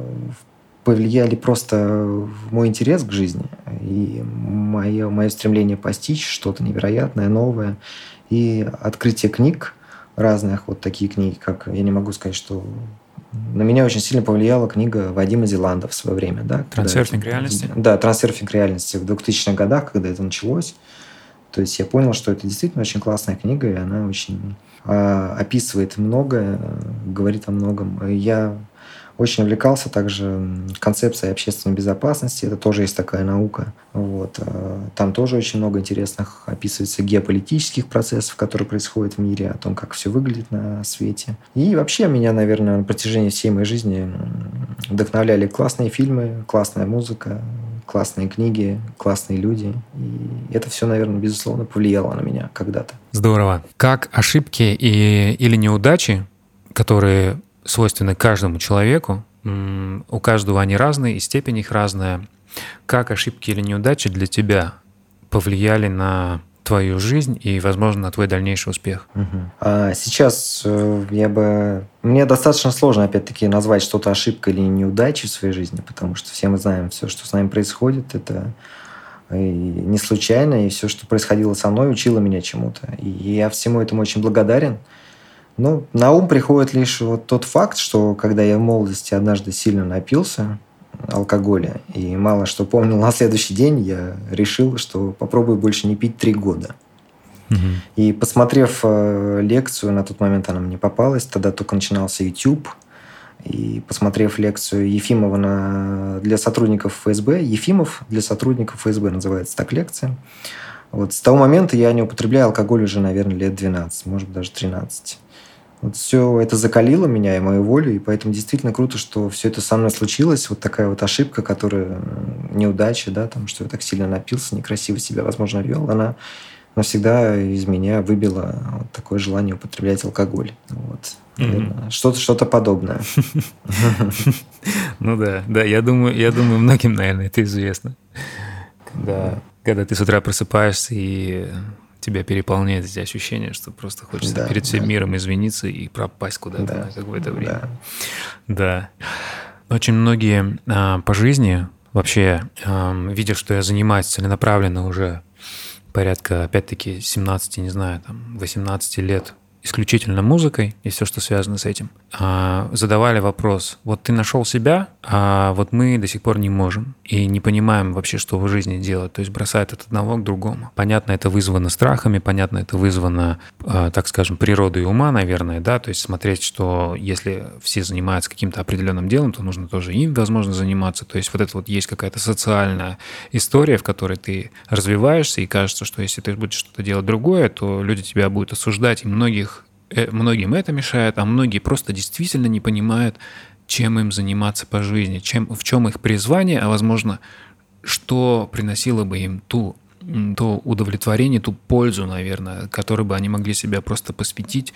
повлияли просто мой интерес к жизни и мое, мое стремление постичь что-то невероятное, новое. И открытие книг разных, вот такие книги, как, я не могу сказать, что... На меня очень сильно повлияла книга Вадима Зеланда в свое время. Да, «Трансерфинг реальности». Да, «Трансерфинг реальности» в двухтысячных годах, когда это началось. То есть я понял, что это действительно очень классная книга, и она очень э, описывает многое, говорит о многом. Я очень увлекался также концепцией общественной безопасности. Это тоже есть такая наука. Вот. Там тоже очень много интересных описывается геополитических процессов, которые происходят в мире, о том, как все выглядит на свете. И вообще меня, наверное, на протяжении всей моей жизни вдохновляли классные фильмы, классная музыка, классные книги, классные люди. И это все, наверное, безусловно, повлияло на меня когда-то. Здорово. Как ошибки и, или неудачи, которые свойственны каждому человеку, у каждого они разные, и степень их разная. Как ошибки или неудачи для тебя повлияли на твою жизнь и, возможно, на твой дальнейший успех? Угу. А сейчас я бы... Мне достаточно сложно, опять-таки, назвать что-то ошибкой или неудачей в своей жизни, потому что все мы знаем, все, что с нами происходит, это не случайно, и все, что происходило со мной, учило меня чему-то. И я всему этому очень благодарен. Ну, на ум приходит лишь вот тот факт, что когда я в молодости однажды сильно напился алкоголя и мало что помнил на следующий день, я решил, что попробую больше не пить три года. Угу. И посмотрев э, лекцию, на тот момент она мне попалась, тогда только начинался YouTube, и посмотрев лекцию Ефимова на, для сотрудников эф эс бэ, Ефимов для сотрудников эф эс бэ называется так лекция, вот с того момента я не употребляю алкоголь уже, наверное, лет двенадцать, может быть, даже тринадцать. Вот все это закалило меня и мою волю, и поэтому действительно круто, что все это со мной случилось. Вот такая вот ошибка, которая неудача, да, там, что я так сильно напился, некрасиво себя, возможно, вел, она навсегда из меня выбила вот такое желание употреблять алкоголь. Вот. Mm-hmm. Что-то, что-то подобное. Ну да, да, я думаю, я думаю, многим, наверное, это известно. Когда, когда ты с утра просыпаешься и тебя переполняет эти ощущения, что просто хочется да, перед всем да. миром извиниться и пропасть куда-то да, на какое-то время. Да. да. Очень многие а, по жизни вообще а, видят, что я занимаюсь целенаправленно уже порядка, опять-таки, семнадцати, не знаю, там, восемнадцати лет исключительно музыкой и все, что связано с этим, а, задавали вопрос, вот ты нашел себя, а вот мы до сих пор не можем и не понимаем вообще, что в жизни делать, то есть бросает от одного к другому. Понятно, это вызвано страхами, понятно, это вызвано, а, так скажем, природой ума, наверное, да, то есть смотреть, что если все занимаются каким-то определенным делом, то нужно тоже им, возможно, заниматься, то есть вот это вот есть какая-то социальная история, в которой ты развиваешься, и кажется, что если ты будешь что-то делать другое, то люди тебя будут осуждать, и многих Многим это мешает, а многие просто действительно не понимают, чем им заниматься по жизни, чем, в чем их призвание, а, возможно, что приносило бы им ту, то удовлетворение, ту пользу, наверное, которой бы они могли себя просто посвятить,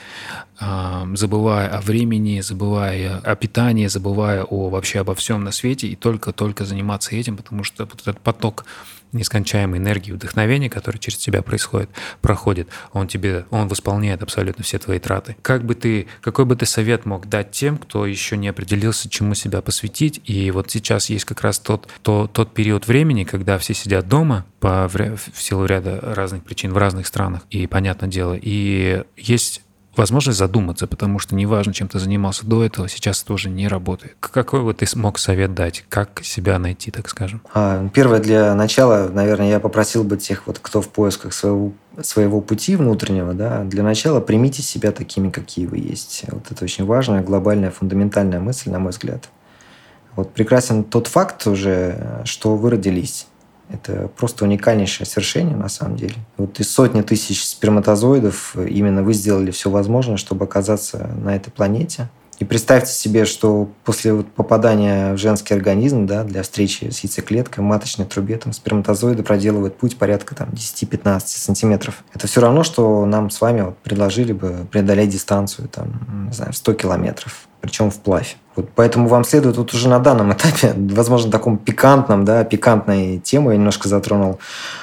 забывая о времени, забывая о питании, забывая о, вообще обо всем на свете и только-только заниматься этим, потому что вот этот поток нескончаемой энергии, вдохновения, который через тебя происходит, проходит, он тебе, он восполняет абсолютно все твои траты. Как бы ты, какой бы ты совет мог дать тем, кто еще не определился, чему себя посвятить, и вот сейчас есть как раз тот, то, тот период времени, когда все сидят дома по, в силу ряда разных причин в разных странах, и понятное дело, и есть возможность задуматься, потому что неважно, чем ты занимался до этого, сейчас тоже не работает. Какой бы ты смог совет дать? Как себя найти, так скажем? А, первое, для начала, наверное, я попросил бы тех, вот, кто в поисках своего, своего пути внутреннего, да, для начала примите себя такими, какие вы есть. Вот это очень важная, глобальная, фундаментальная мысль, на мой взгляд. Вот прекрасен тот факт уже, что вы родились. Это просто уникальнейшее свершение, на самом деле. Вот из сотни тысяч сперматозоидов именно вы сделали все возможное, чтобы оказаться на этой планете. И представьте себе, что после вот попадания в женский организм, да, для встречи с яйцеклеткой, в маточной трубе, там, сперматозоиды проделывают путь порядка там, десять-пятнадцать сантиметров. Это все равно, что нам с вами вот предложили бы преодолеть дистанцию там, не знаю, сто километров, причем вплавь. Вот поэтому вам следует вот уже на данном этапе, возможно, таком пикантном, да, пикантной тему я немножко затронул,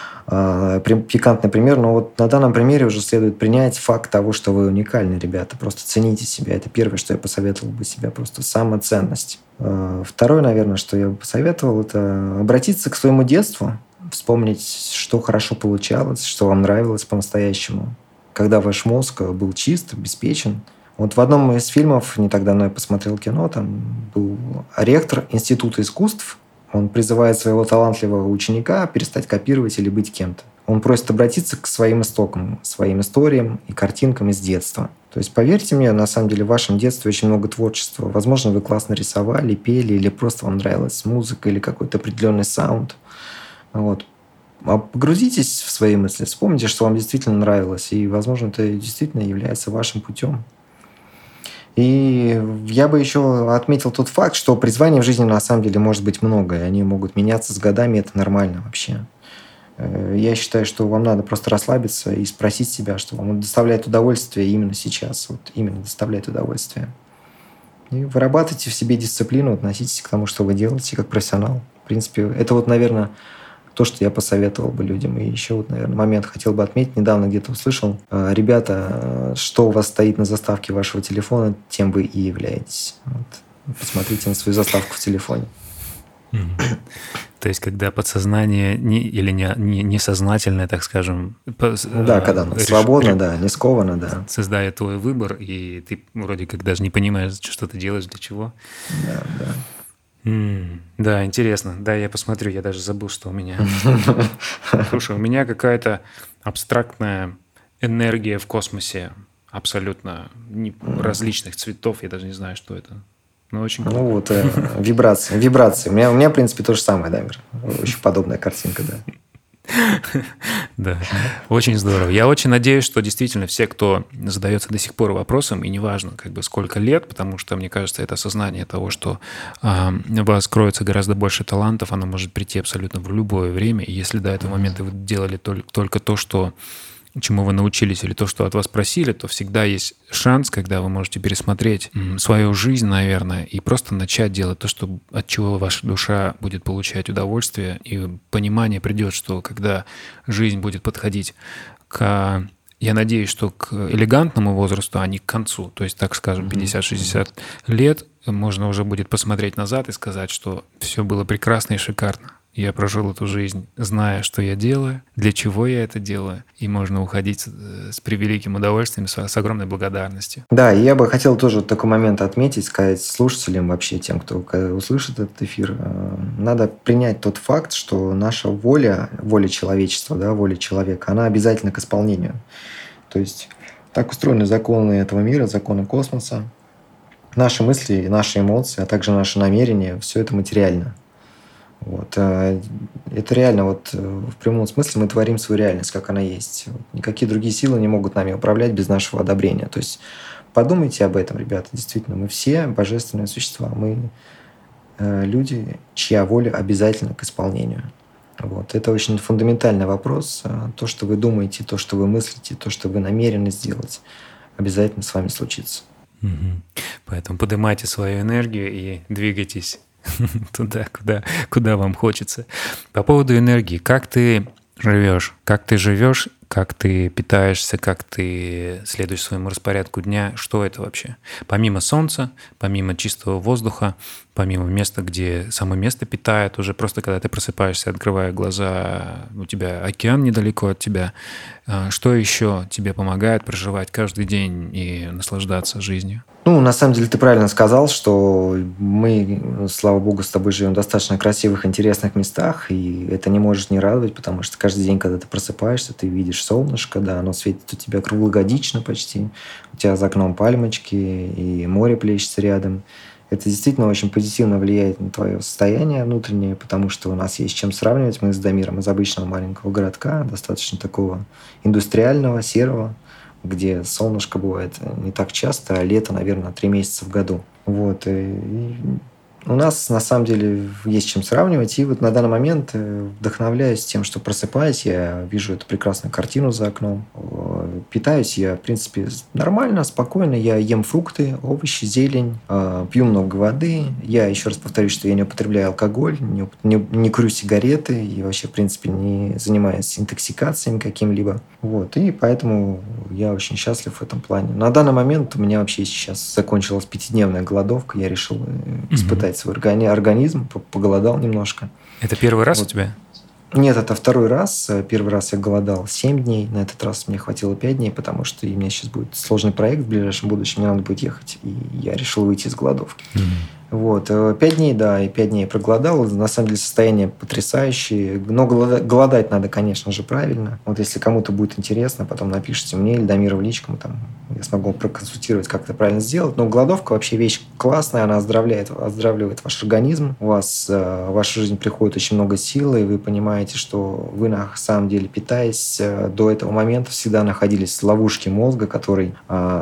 э, пикантный пример, но вот на данном примере уже следует принять факт того, что вы уникальны, ребята. Просто цените себя. Это первое, что я посоветовал бы себя, просто самоценность. Э, второе, наверное, что я бы посоветовал, это обратиться к своему детству, вспомнить, что хорошо получалось, что вам нравилось по-настоящему, когда ваш мозг был чист, обеспечен. Вот в одном из фильмов, не так давно я посмотрел кино, там был ректор Института искусств. Он призывает своего талантливого ученика перестать копировать или быть кем-то. Он просит обратиться к своим истокам, своим историям и картинкам из детства. То есть, поверьте мне, на самом деле в вашем детстве очень много творчества. Возможно, вы классно рисовали, пели, или просто вам нравилась музыка или какой-то определенный саунд. Вот. А погрузитесь в свои мысли, вспомните, что вам действительно нравилось, и, возможно, это действительно является вашим путем. И я бы еще отметил тот факт, что призваний в жизни на самом деле может быть много, и они могут меняться с годами, это нормально вообще. Я считаю, что вам надо просто расслабиться и спросить себя, что вам доставляет удовольствие именно сейчас, вот именно доставляет удовольствие. И вырабатывайте в себе дисциплину, относитесь к тому, что вы делаете, как профессионал. В принципе, это вот, наверное, то, что я посоветовал бы людям. И еще вот, наверное, момент хотел бы отметить. Недавно где-то услышал. Ребята, что у вас стоит на заставке вашего телефона, тем вы и являетесь. Вот. Посмотрите на свою заставку в телефоне. Mm-hmm. То есть, когда подсознание не, или не, не, несознательное, так скажем... Да, когда оно реш... свободно, да, не сковано, да. Создает твой выбор, и ты вроде как даже не понимаешь, что ты делаешь, для чего. Да, да. Mm, да, интересно. Да, я посмотрю, я даже забыл, что у меня. Слушай, у меня какая-то абстрактная энергия в космосе, абсолютно различных цветов, я даже не знаю, что это. Но очень круто. Ну вот, э, вибрации, вибрации. У меня, у меня, в принципе, то же самое, да, Мир? Очень подобная картинка, да. Да, очень здорово. Я очень надеюсь, что действительно все, кто задается до сих пор вопросом, и неважно, как бы сколько лет, потому что, мне кажется, это осознание того, что э, у вас кроется гораздо больше талантов, оно может прийти абсолютно в любое время. И если до этого момента вы делали только, только то, что чему вы научились, или то, что от вас просили, то всегда есть шанс, когда вы можете пересмотреть свою жизнь, наверное, и просто начать делать то, что, от чего ваша душа будет получать удовольствие, и понимание придет, что когда жизнь будет подходить к, я надеюсь, что к элегантному возрасту, а не к концу, то есть, так скажем, пятьдесят-шестьдесят лет, можно уже будет посмотреть назад и сказать, что все было прекрасно и шикарно. Я прожил эту жизнь, зная, что я делаю, для чего я это делаю, и можно уходить с превеликим удовольствием, с огромной благодарностью. Да, и я бы хотел тоже такой момент отметить, сказать слушателям, вообще тем, кто услышит этот эфир, надо принять тот факт, что наша воля, воля человечества, да, воля человека, она обязательно к исполнению. То есть так устроены законы этого мира, законы космоса. Наши мысли, наши эмоции, а также наши намерения, все это материально. Вот. Это реально, вот в прямом смысле мы творим свою реальность, как она есть. Никакие другие силы не могут нами управлять без нашего одобрения. То есть подумайте об этом, ребята. Действительно, мы все божественные существа. Мы люди, чья воля обязательно к исполнению. Вот. Это очень фундаментальный вопрос. То, что вы думаете, то, что вы мыслите, то, что вы намерены сделать, обязательно с вами случится. Угу. Поэтому поднимайте свою энергию и двигайтесь туда, куда, куда вам хочется. По поводу энергии. Как ты живешь? Как ты живешь? Как ты питаешься? Как ты следуешь своему распорядку дня? Что это вообще? Помимо солнца, помимо чистого воздуха, помимо места, где само место питает, уже просто когда ты просыпаешься, открывая глаза, у тебя океан недалеко от тебя. Что еще тебе помогает проживать каждый день и наслаждаться жизнью? Ну, на самом деле, ты правильно сказал, что мы, слава богу, с тобой живем в достаточно красивых, интересных местах, и это не может не радовать, потому что каждый день, когда ты просыпаешься, ты видишь солнышко, да, оно светит у тебя круглогодично почти, у тебя за окном пальмочки, и море плещется рядом. Это действительно очень позитивно влияет на твое состояние внутреннее, потому что у нас есть чем сравнивать. Мы с Дамиром из обычного маленького городка, достаточно такого индустриального, серого, где солнышко бывает не так часто, а лето, наверное, три месяца в году. Вот. И у нас, на самом деле, есть чем сравнивать. И вот на данный момент вдохновляюсь тем, что просыпаюсь, я вижу эту прекрасную картину за окном. Питаюсь я, в принципе, нормально, спокойно. Я ем фрукты, овощи, зелень, пью много воды. Я еще раз повторюсь, что я не употребляю алкоголь, не, не, не курю сигареты и вообще, в принципе, не занимаюсь интоксикациями каким-либо. Вот. И поэтому я очень счастлив в этом плане. На данный момент у меня вообще сейчас закончилась пятидневная голодовка. Я решил испытать свой организм, поголодал немножко. Это первый раз вот. у тебя? Нет, это второй раз. Первый раз я голодал семь дней, на этот раз мне хватило пять дней, потому что у меня сейчас будет сложный проект в ближайшем будущем, мне надо будет ехать, и я решил выйти из голодовки. Mm-hmm. Вот. Пять дней, да, и пять дней проголодал. На самом деле состояние потрясающее. Но голодать надо, конечно же, правильно. Вот если кому-то будет интересно, потом напишите мне или Дамиру в личку, там, я смогу проконсультировать, как это правильно сделать. Но голодовка вообще вещь классная, она оздоравливает, оздоравливает ваш организм. У вас в вашу жизнь приходит очень много сил, и вы понимаете, что вы на самом деле, питаясь, до этого момента всегда находились в ловушке мозга, который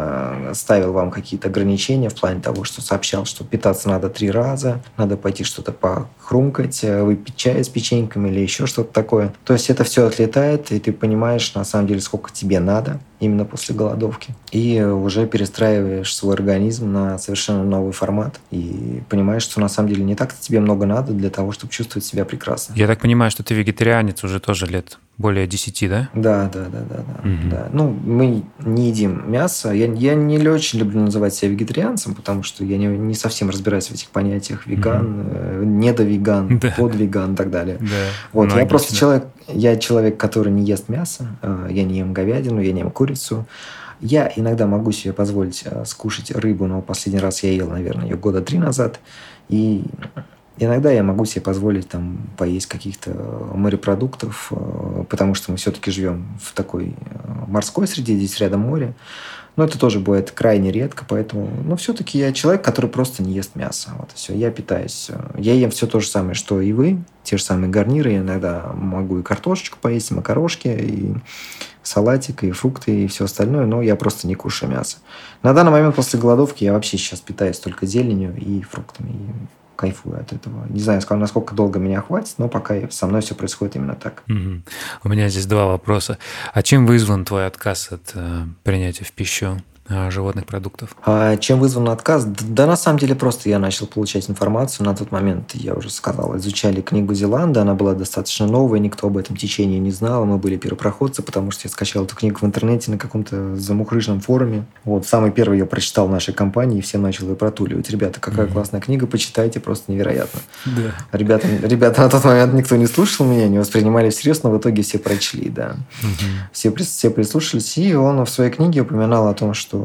э, ставил вам какие-то ограничения в плане того, что сообщал, что питаться надо три раза, надо пойти что-то похрумкать, выпить чай с печеньками или еще что-то такое. То есть это все отлетает, и ты понимаешь, на самом деле, сколько тебе надо именно после голодовки. И уже перестраиваешь свой организм на совершенно новый формат. И понимаешь, что на самом деле не так-то тебе много надо для того, чтобы чувствовать себя прекрасно. Я так понимаю, что ты вегетарианец уже тоже лет более десяти, да? Да, да, да, да, да, угу. да. Ну, мы не едим мясо. Я, я не очень люблю называть себя вегетарианцем, потому что я не, не совсем разбираюсь в этих понятиях веган, угу. недовеган, да. подвеган и так далее. Да. Вот, Логично. Я просто человек, я человек, который не ест мясо, я не ем говядину, я не ем курицу. Я иногда могу себе позволить скушать рыбу, но последний раз я ел, наверное, ее года три назад. И иногда я могу себе позволить там поесть каких-то морепродуктов, потому что мы все-таки живем в такой морской среде, здесь рядом море. Но это тоже бывает крайне редко, поэтому... Но все-таки я человек, который просто не ест мясо. Вот и все. Я питаюсь. Я ем все то же самое, что и вы. Те же самые гарниры. Я иногда могу и картошечку поесть, и макарошки, и салатик, и фрукты, и все остальное. Но я просто не кушаю мясо. На данный момент после голодовки я вообще сейчас питаюсь только зеленью и фруктами. И кайфую от этого. Не знаю, насколько долго меня хватит, но пока со мной все происходит именно так. Угу. У меня здесь два вопроса. А чем вызван твой отказ от э, принятия в пищу э, животных продуктов? А чем вызван отказ? Да, на самом деле, просто я начал получать информацию. На тот момент, я уже сказал, изучали книгу Зеланда. Она была достаточно новая, никто об этом течении не знал. Мы были первопроходцы, потому что я скачал эту книгу в интернете на каком-то замухрыжном форуме. Вот, самый первый я прочитал в нашей компании, и всем начал ее протуливать. Ребята, какая mm-hmm. классная книга, почитайте, просто невероятно. Да. Ребята, ребята на тот момент никто не слушал меня, не воспринимали всерьез, но в итоге все прочли, да. Mm-hmm. Все, все прислушались, и он в своей книге упоминал о том, что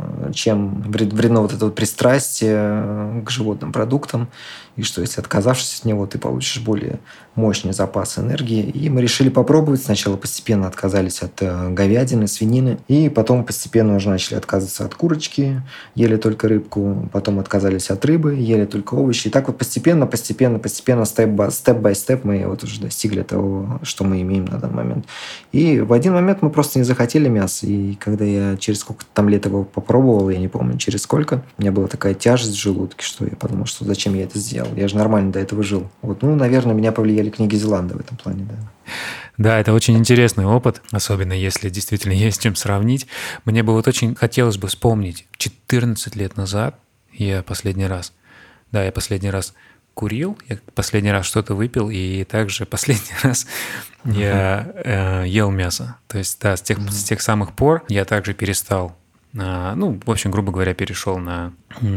чем вредно вот это вот пристрастие к животным продуктам, и что если отказавшись от него, ты получишь более мощный запас энергии. И мы решили попробовать. Сначала постепенно отказались от говядины, свинины, и потом постепенно уже начали отказываться от курочки, ели только рыбку, потом отказались от рыбы, ели только овощи. И так вот постепенно, постепенно, постепенно, степ-бай-степ мы вот уже достигли того, что мы имеем на данный момент. И в один момент мы просто не захотели мяса. И когда я через сколько-то там лет его попробовал, я не помню, через сколько, у меня была такая тяжесть в желудке, что я подумал, что зачем я это сделал. Я же нормально до этого жил. Вот, ну, наверное, меня повлияли книги Зеланда в этом плане, да. Да, это очень интересный опыт, особенно если действительно есть с чем сравнить. Мне бы вот очень хотелось бы вспомнить, четырнадцать лет назад я последний раз, да, я последний раз курил, я последний раз что-то выпил, и также последний раз uh-huh. я э, ел мясо. То есть, да, с тех, uh-huh. с тех самых пор я также перестал, ну, в общем, грубо говоря, перешел на,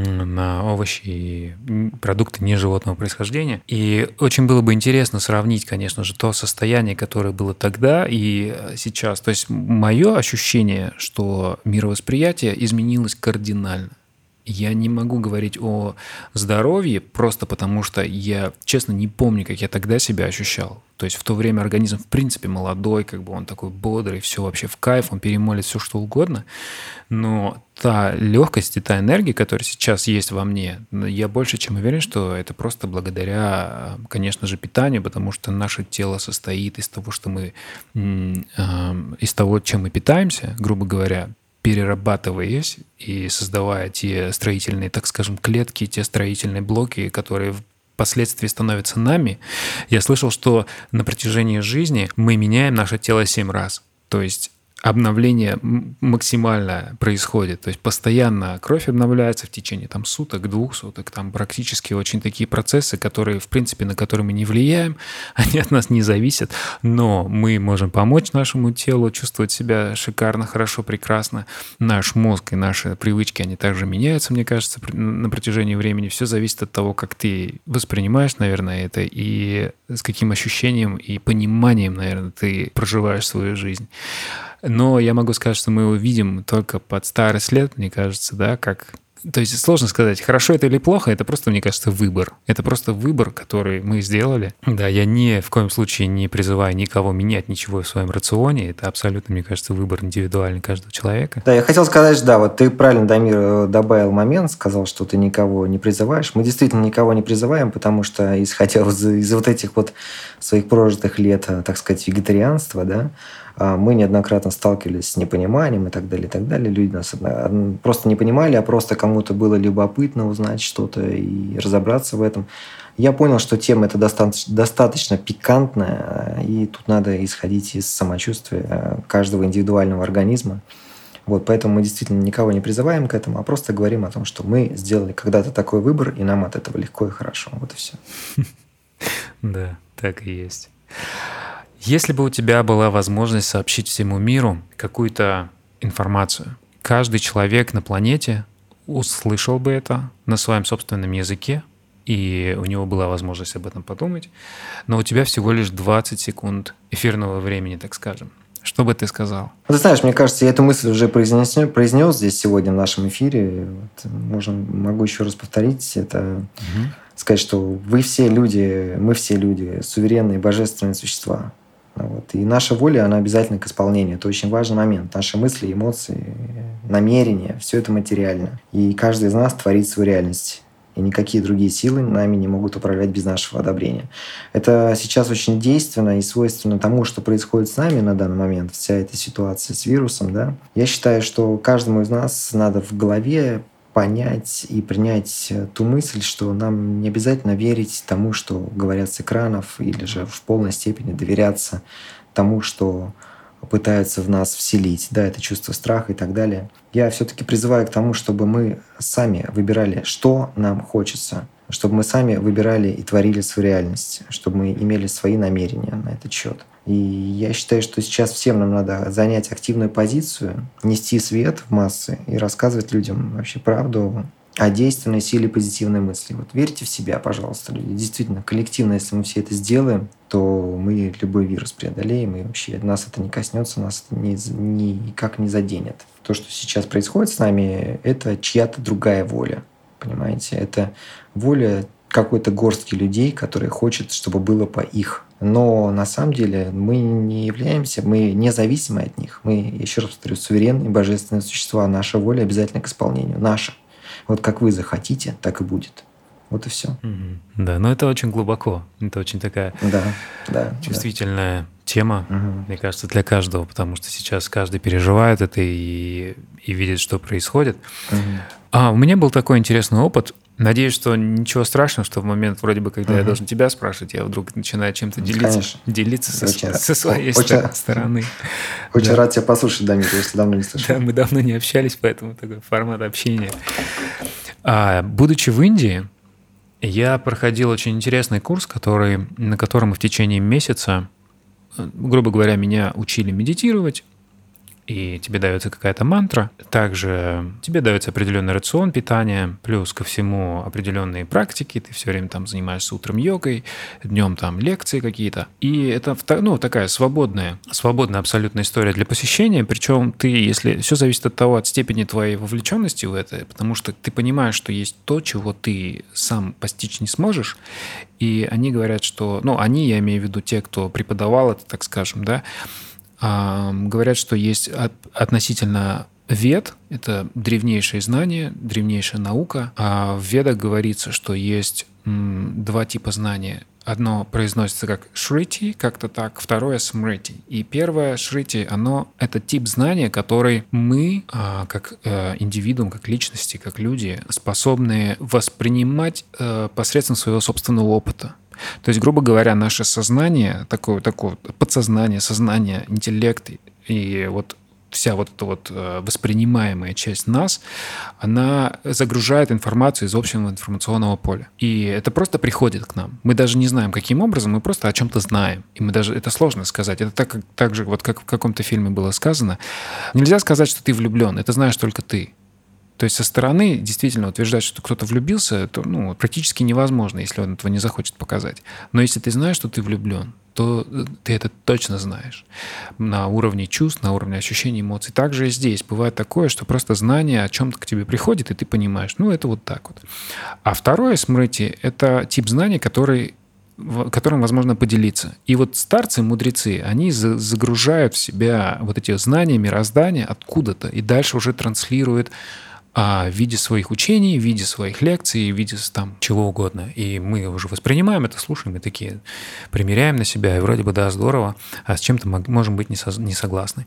на овощи и продукты неживотного происхождения. И очень было бы интересно сравнить, конечно же, то состояние, которое было тогда и сейчас. То есть мое ощущение, что мировосприятие изменилось кардинально. Я не могу говорить о здоровье просто потому, что я, честно, не помню, как я тогда себя ощущал. То есть в то время организм в принципе молодой, как бы он такой бодрый, все вообще в кайф, он перемолит все, что угодно. Но та легкость и та энергия, которая сейчас есть во мне, я больше чем уверен, что это просто благодаря, конечно же, питанию, потому что наше тело состоит из того, что мы, из того, чем мы питаемся, грубо говоря, перерабатываясь и создавая те строительные, так скажем, клетки, те строительные блоки, которые впоследствии становятся нами. Я слышал, что на протяжении жизни мы меняем наше тело семь раз. То есть обновление максимально происходит. То есть постоянно кровь обновляется в течение там, суток, двух суток. Там практически очень такие процессы, которые, в принципе, на которые мы не влияем, они от нас не зависят, но мы можем помочь нашему телу чувствовать себя шикарно, хорошо, прекрасно. Наш мозг и наши привычки, они также меняются, мне кажется, на протяжении времени. Все зависит от того, как ты воспринимаешь, наверное, это, и с каким ощущением и пониманием, наверное, ты проживаешь свою жизнь. Но я могу сказать, что мы его видим только под старость лет, мне кажется, да, как... То есть сложно сказать, хорошо это или плохо, это просто, мне кажется, выбор. Это просто выбор, который мы сделали. Да, я ни в коем случае не призываю никого менять ничего в своем рационе. Это абсолютно, мне кажется, выбор индивидуальный каждого человека. Да, я хотел сказать, да, вот ты правильно, Дамир, добавил момент, сказал, что ты никого не призываешь. Мы действительно никого не призываем, потому что, исходя из, из вот этих вот своих прожитых лет, так сказать, вегетарианства, да, мы неоднократно сталкивались с непониманием и так далее, и так далее. Люди нас просто не понимали, а просто кому-то было любопытно узнать что-то и разобраться в этом. Я понял, что тема эта достаточно, достаточно пикантная, и тут надо исходить из самочувствия каждого индивидуального организма. Вот, поэтому мы действительно никого не призываем к этому, а просто говорим о том, что мы сделали когда-то такой выбор, и нам от этого легко и хорошо. Вот и все. Да, так и есть. Если бы у тебя была возможность сообщить всему миру какую-то информацию, каждый человек на планете услышал бы это на своем собственном языке, и у него была возможность об этом подумать, но у тебя всего лишь двадцать секунд эфирного времени, так скажем. Что бы ты сказал? Ты знаешь, мне кажется, я эту мысль уже произнес, произнес здесь сегодня в нашем эфире. Вот, можем, могу еще раз повторить это. Угу. Сказать, что вы все люди, мы все люди, суверенные, божественные существа. Вот. И наша воля, она обязательно к исполнению. Это очень важный момент. Наши мысли, эмоции, намерения, все это материально. И каждый из нас творит свою реальность. И никакие другие силы нами не могут управлять без нашего одобрения. Это сейчас очень действенно и свойственно тому, что происходит с нами на данный момент, вся эта ситуация с вирусом. Да? Я считаю, что каждому из нас надо в голове понять и принять ту мысль, что нам не обязательно верить тому, что говорят с экранов, или же в полной степени доверяться тому, что пытаются в нас вселить, да, это чувство страха и так далее. Я все-таки призываю к тому, чтобы мы сами выбирали, что нам хочется, чтобы мы сами выбирали и творили свою реальность, чтобы мы имели свои намерения на этот счет. И я считаю, что сейчас всем нам надо занять активную позицию, нести свет в массы и рассказывать людям вообще правду о действенной силе позитивной мысли. Вот верьте в себя, пожалуйста, люди. Действительно, коллективно, если мы все это сделаем, то мы любой вирус преодолеем, и вообще нас это не коснется, нас это ни, никак не заденет. То, что сейчас происходит с нами, это чья-то другая воля. Понимаете? Это воля какой-то горстки людей, которые хотят, чтобы было по их. Но на самом деле мы не являемся, мы независимы от них. Мы, еще раз повторю, суверенные божественные существа. Наша воля обязательно к исполнению. Наша. Вот как вы захотите, так и будет. Вот и все. Mm-hmm. Да, но это очень глубоко. Это очень такая да, да, чувствительная да. тема, mm-hmm. мне кажется, для каждого, потому что сейчас каждый переживает это и, и видит, что происходит. Mm-hmm. А у меня был такой интересный опыт. Надеюсь, что ничего страшного, что в момент, вроде бы, когда uh-huh. я должен тебя спрашивать, я вдруг начинаю чем-то делиться, делиться со, очень, со своей очень, стороны. Очень да. рад тебя послушать, Дамир, если давно не слышал. Да, мы давно не общались, поэтому такой формат общения. А, будучи в Индии, я проходил очень интересный курс, который, на котором в течение месяца, грубо говоря, меня учили медитировать, и тебе дается какая-то мантра. Также тебе дается определенный рацион питания, плюс ко всему определенные практики. Ты все время там занимаешься утром йогой, днем там лекции какие-то. И это ну, такая свободная, свободная абсолютная история для посещения. Причем ты, если все зависит от того, от степени твоей вовлеченности в это, потому что ты понимаешь, что есть то, чего ты сам постичь не сможешь. И они говорят, что... Ну, они, я имею в виду те, кто преподавал это, так скажем, да, говорят, что есть относительно вед, это древнейшие знания, древнейшая наука. А в ведах говорится, что есть два типа знания. Одно произносится как шрити, как-то так, второе смрити. И первое шрити, оно это тип знания, который мы, как индивидуум, как личности, как люди, способны воспринимать посредством своего собственного опыта. То есть, грубо говоря, наше сознание, такое, такое подсознание, сознание, интеллект и вот вся вот эта вот воспринимаемая часть нас, она загружает информацию из общего информационного поля. И это просто приходит к нам. Мы даже не знаем, каким образом, мы просто о чем-то знаем. И мы даже, это сложно сказать. Это так, так же, вот как в каком-то фильме было сказано. Нельзя сказать, что ты влюблен. Это знаешь только ты. То есть со стороны действительно утверждать, что кто-то влюбился, это ну, практически невозможно, если он этого не захочет показать. Но если ты знаешь, что ты влюблен, то ты это точно знаешь. На уровне чувств, на уровне ощущений, эмоций. Также и здесь бывает такое, что просто знание о чем-то к тебе приходит, и ты понимаешь, ну это вот так вот. А второе смрити – это тип знаний, который которым возможно поделиться. И вот старцы, мудрецы, они загружают в себя вот эти знания, мироздания откуда-то, и дальше уже транслируют в виде своих учений, в виде своих лекций, в виде там чего угодно. И мы уже воспринимаем это, слушаем и такие примеряем на себя, и вроде бы да, здорово, а с чем-то мы можем быть не согласны.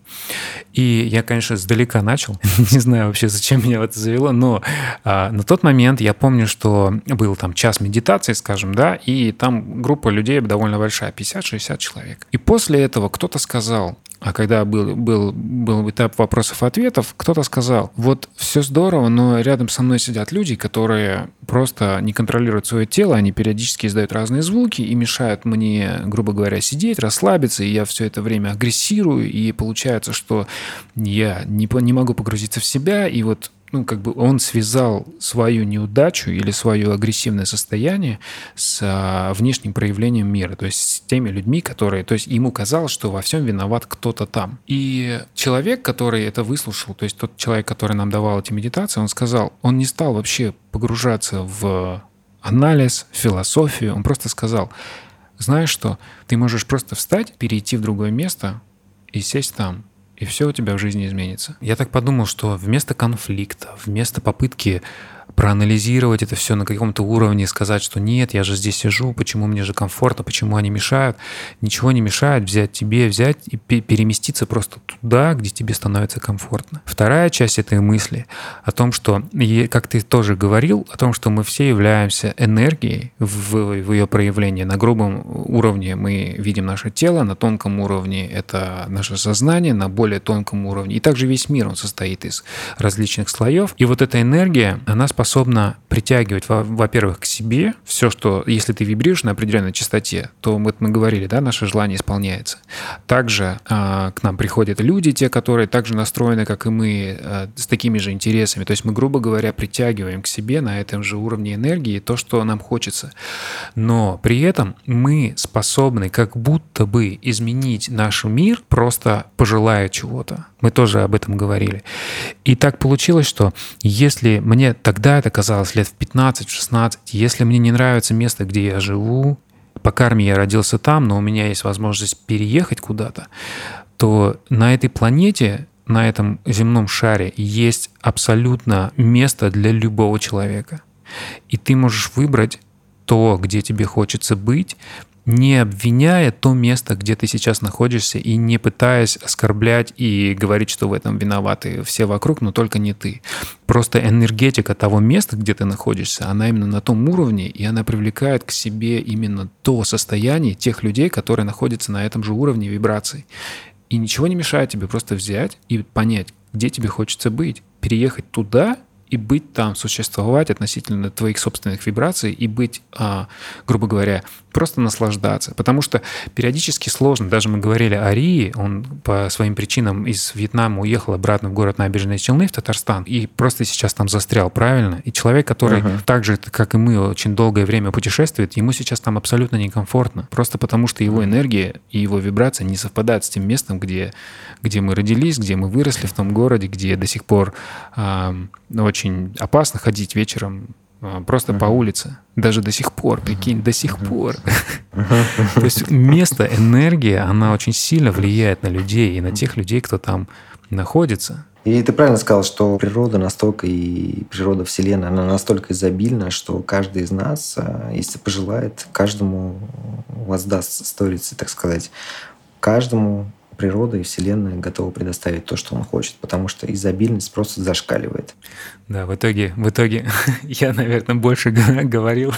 И я, конечно, сдалека начал, не знаю вообще, зачем меня в это завело, но а, на тот момент я помню, что был там час медитации, скажем, да, и там группа людей довольно большая, пятьдесят-шестьдесят человек. И после этого кто-то сказал, а когда был, был, был этап вопросов-ответов, кто-то сказал, вот все здорово, но рядом со мной сидят люди, которые просто не контролируют свое тело, они периодически издают разные звуки и мешают мне, грубо говоря, сидеть, расслабиться, и я все это время агрессирую, и получается, что я не, не могу погрузиться в себя, и вот ну, как бы он связал свою неудачу или свое агрессивное состояние с а, внешним проявлением мира, то есть с теми людьми, которые... То есть ему казалось, что во всем виноват кто-то там. И человек, который это выслушал, то есть тот человек, который нам давал эти медитации, он сказал, он не стал вообще погружаться в анализ, в философию, он просто сказал, знаешь что? Ты можешь просто встать, перейти в другое место и сесть там. И все у тебя в жизни изменится. Я так подумал, что вместо конфликта, вместо попытки проанализировать это все на каком-то уровне, сказать, что нет, я же здесь сижу, почему мне же комфортно, почему они мешают. Ничего не мешает взять тебе, взять и переместиться просто туда, где тебе становится комфортно. Вторая часть этой мысли о том, что, как ты тоже говорил, о том, что мы все являемся энергией в, в ее проявлении. На грубом уровне мы видим наше тело, на тонком уровне это наше сознание, на более тонком уровне. И также весь мир, он состоит из различных слоев. И вот эта энергия, она способна способна притягивать, во-первых, к себе все, что, если ты вибрируешь на определенной частоте, то вот мы говорили, да, наше желание исполняется. Также а, к нам приходят люди, те, которые также настроены, как и мы, а, с такими же интересами. То есть мы, грубо говоря, притягиваем к себе на этом же уровне энергии то, что нам хочется. Но при этом мы способны как будто бы изменить наш мир, просто пожелая чего-то. Мы тоже об этом говорили. И так получилось, что если мне тогда это казалось лет в пятнадцать-шестнадцать, если мне не нравится место, где я живу, по карме я родился там, но у меня есть возможность переехать куда-то, то на этой планете, на этом земном шаре есть абсолютно место для любого человека. И ты можешь выбрать то, где тебе хочется быть, не обвиняя то место, где ты сейчас находишься, и не пытаясь оскорблять и говорить, что в этом виноваты все вокруг, но только не ты. Просто энергетика того места, где ты находишься, она именно на том уровне, и она привлекает к себе именно то состояние тех людей, которые находятся на этом же уровне вибраций. И ничего не мешает тебе просто взять и понять, где тебе хочется быть, переехать туда и быть там, существовать относительно твоих собственных вибраций и быть, а, грубо говоря, просто наслаждаться. Потому что периодически сложно. Даже мы говорили о Рии, он по своим причинам из Вьетнама уехал обратно в город Набережные Челны, в Татарстан, и просто сейчас там застрял, правильно? И человек, который uh-huh. так же, как и мы, очень долгое время путешествует, ему сейчас там абсолютно некомфортно. Просто потому что его энергия и его вибрация не совпадают с тем местом, где, где мы родились, где мы выросли, в том городе, где до сих пор э, очень опасно ходить вечером просто uh-huh. по улице. Даже до сих пор, прикинь, uh-huh. до сих uh-huh. пор. Uh-huh. То есть место, энергия, она очень сильно влияет на людей и на тех людей, кто там находится. И ты правильно сказал, что природа настолько, и природа Вселенной, она настолько изобильна, что каждый из нас, если пожелает, каждому воздаст сторицей, так сказать. Каждому природа и Вселенная готовы предоставить то, что он хочет, потому что изобильность просто зашкаливает. Да, в итоге, в итоге я, наверное, больше говорил,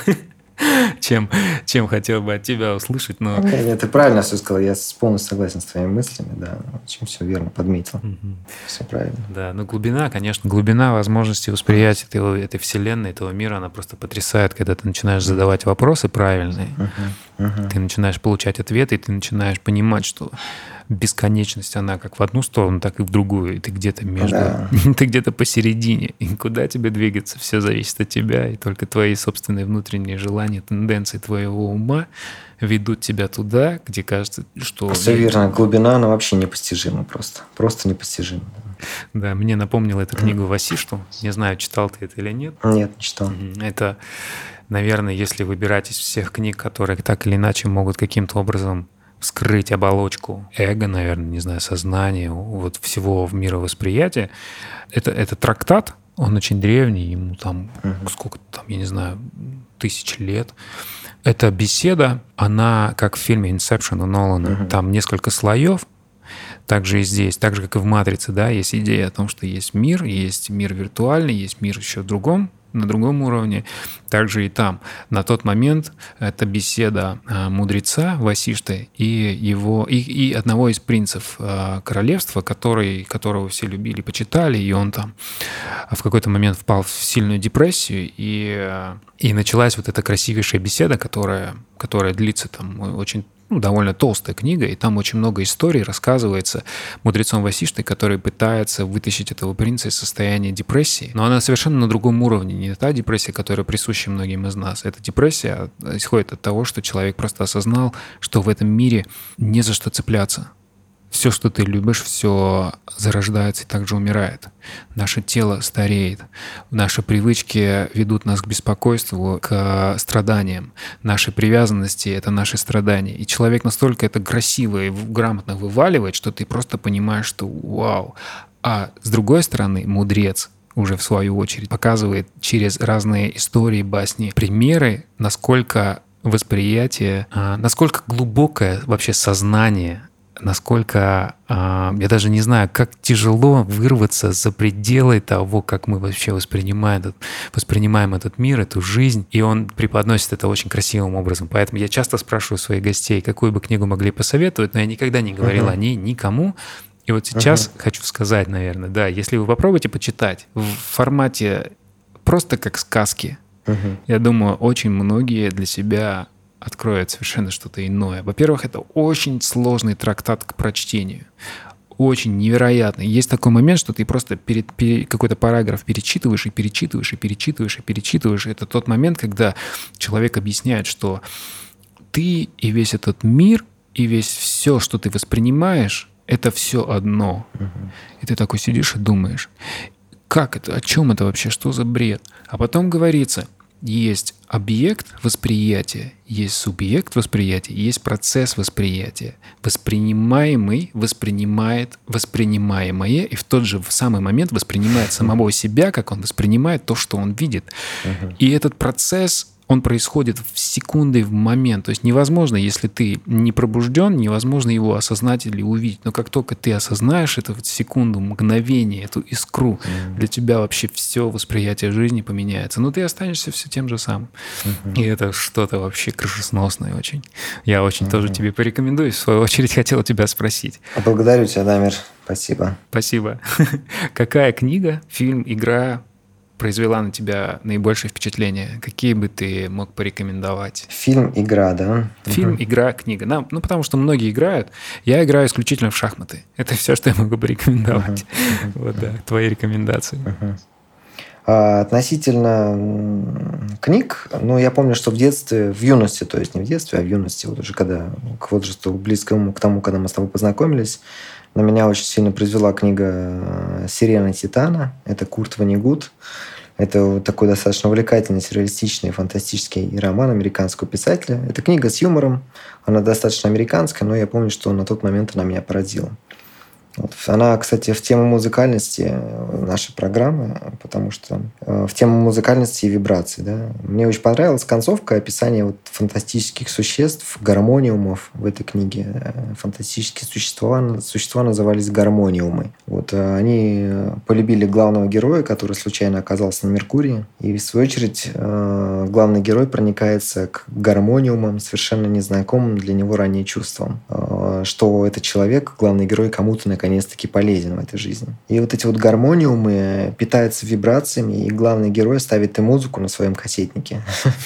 чем, чем хотел бы от тебя услышать. Но... Нет, нет, ты правильно все сказал, я полностью согласен с твоими мыслями, да, очень все верно подметил, угу. Все правильно. Да, но глубина, конечно, глубина возможности восприятия этой, этой Вселенной, этого мира, она просто потрясает, когда ты начинаешь задавать вопросы правильные, угу. Угу. Ты начинаешь получать ответы, и ты начинаешь понимать, что бесконечность, она как в одну сторону, так и в другую, и ты где-то между, да. Ты где-то посередине, и куда тебе двигаться, все зависит от тебя, и только твои собственные внутренние желания, тенденции твоего ума ведут тебя туда, где кажется, что... Все верно, глубина, она вообще непостижима просто, просто непостижима. Да, мне напомнила эту книгу Васишту, не знаю, читал ты это или нет. Нет, не читал. Это, наверное, если выбирать из всех книг, которые так или иначе могут каким-то образом вскрыть оболочку эго, наверное, не знаю, сознания, вот всего в мировосприятии. Это, это трактат, он очень древний, ему там uh-huh. сколько там, я не знаю, тысяч лет. Эта беседа, она как в фильме «Инсепшн» у Нолана, uh-huh. там несколько слоев, также и здесь, так же, как и в «Матрице», да, есть идея о том, что есть мир, есть мир виртуальный, есть мир еще в другом, на другом уровне, также и там. На тот момент это беседа мудреца Васишты и его и, и одного из принцев королевства, который, которого все любили, почитали, и он там в какой-то момент впал в сильную депрессию, и, и началась вот эта красивейшая беседа, которая, которая длится там очень Ну, довольно толстая книга, и там очень много историй рассказывается мудрецом Васиштой, который пытается вытащить этого принца из состояния депрессии. Но она совершенно на другом уровне. Не та депрессия, которая присуща многим из нас. Эта депрессия исходит от того, что человек просто осознал, что в этом мире не за что цепляться. все, что ты любишь, все зарождается и также умирает. Наше тело стареет. Наши привычки ведут нас к беспокойству, к страданиям. Наши привязанности — это наши страдания. И человек настолько это красиво и грамотно вываливает, что ты просто понимаешь, что вау. А с другой стороны, мудрец уже в свою очередь показывает через разные истории, басни, примеры, насколько восприятие, насколько глубокое вообще сознание, насколько, я даже не знаю, как тяжело вырваться за пределы того, как мы вообще воспринимаем этот, воспринимаем этот мир, эту жизнь. И он преподносит это очень красивым образом. Поэтому я часто спрашиваю своих гостей, какую бы книгу могли посоветовать, но я никогда не говорил uh-huh. о ней никому. И вот сейчас uh-huh. хочу сказать, наверное, да, если вы попробуете почитать в формате просто как сказки, uh-huh. я думаю, очень многие для себя откроют совершенно что-то иное. Во-первых, это очень сложный трактат к прочтению. Очень невероятный. Есть такой момент, что ты просто перед, перед, какой-то параграф перечитываешь и перечитываешь, и перечитываешь, и перечитываешь. Это тот момент, когда человек объясняет, что ты и весь этот мир, и весь все, что ты воспринимаешь, это все одно. Uh-huh. И ты такой сидишь и думаешь, как это, о чем это вообще, что за бред? А потом говорится, есть объект восприятия, есть субъект восприятия, есть процесс восприятия. Воспринимаемый воспринимает воспринимаемое и в тот же самый момент воспринимает самого себя, как он воспринимает то, что он видит. Uh-huh. И этот процесс, он происходит в секунды, в момент. То есть невозможно, если ты не пробужден, невозможно его осознать или увидеть. Но как только ты осознаешь эту секунду, мгновение, эту искру, mm-hmm. для тебя вообще все восприятие жизни поменяется. Но ты останешься все тем же самым. Mm-hmm. И это что-то вообще крышесносное очень. Я очень mm-hmm. тоже тебе порекомендую. В свою очередь хотел тебя спросить. Благодарю тебя, Дамир. Спасибо. Спасибо. Какая книга, фильм, игра произвела на тебя наибольшее впечатление? Какие бы ты мог порекомендовать? Фильм, игра, да? Фильм, угу. игра, книга. Ну, ну, потому что многие играют. Я играю исключительно в шахматы. Это все, что я могу порекомендовать. Угу. Вот, да, твои рекомендации. Угу. А, относительно книг, ну, я помню, что в детстве, в юности, то есть не в детстве, а в юности, вот уже когда к возрасту близкому к тому, когда мы с тобой познакомились, на меня очень сильно произвела книга «Сирена Титана». Это Курт Воннегут. Это такой достаточно увлекательный, сюрреалистичный, фантастический роман американского писателя. Это книга с юмором. Она достаточно американская, но я помню, что на тот момент она меня поразила. Вот. Она, кстати, в тему музыкальности нашей программы, потому что в тему музыкальности и вибраций. Да. Мне очень понравилась концовка, описание вот фантастических существ, гармониумов в этой книге. Фантастические существа, существа назывались гармониумы. Вот. Они полюбили главного героя, который случайно оказался на Меркурии. И, в свою очередь, главный герой проникается к гармониумам, совершенно незнакомым для него ранее чувствам. Что этот человек, главный герой, кому-то на наконец-таки полезен в этой жизни. И вот эти вот гармониумы питаются вибрациями, и главный герой ставит и музыку на своем кассетнике.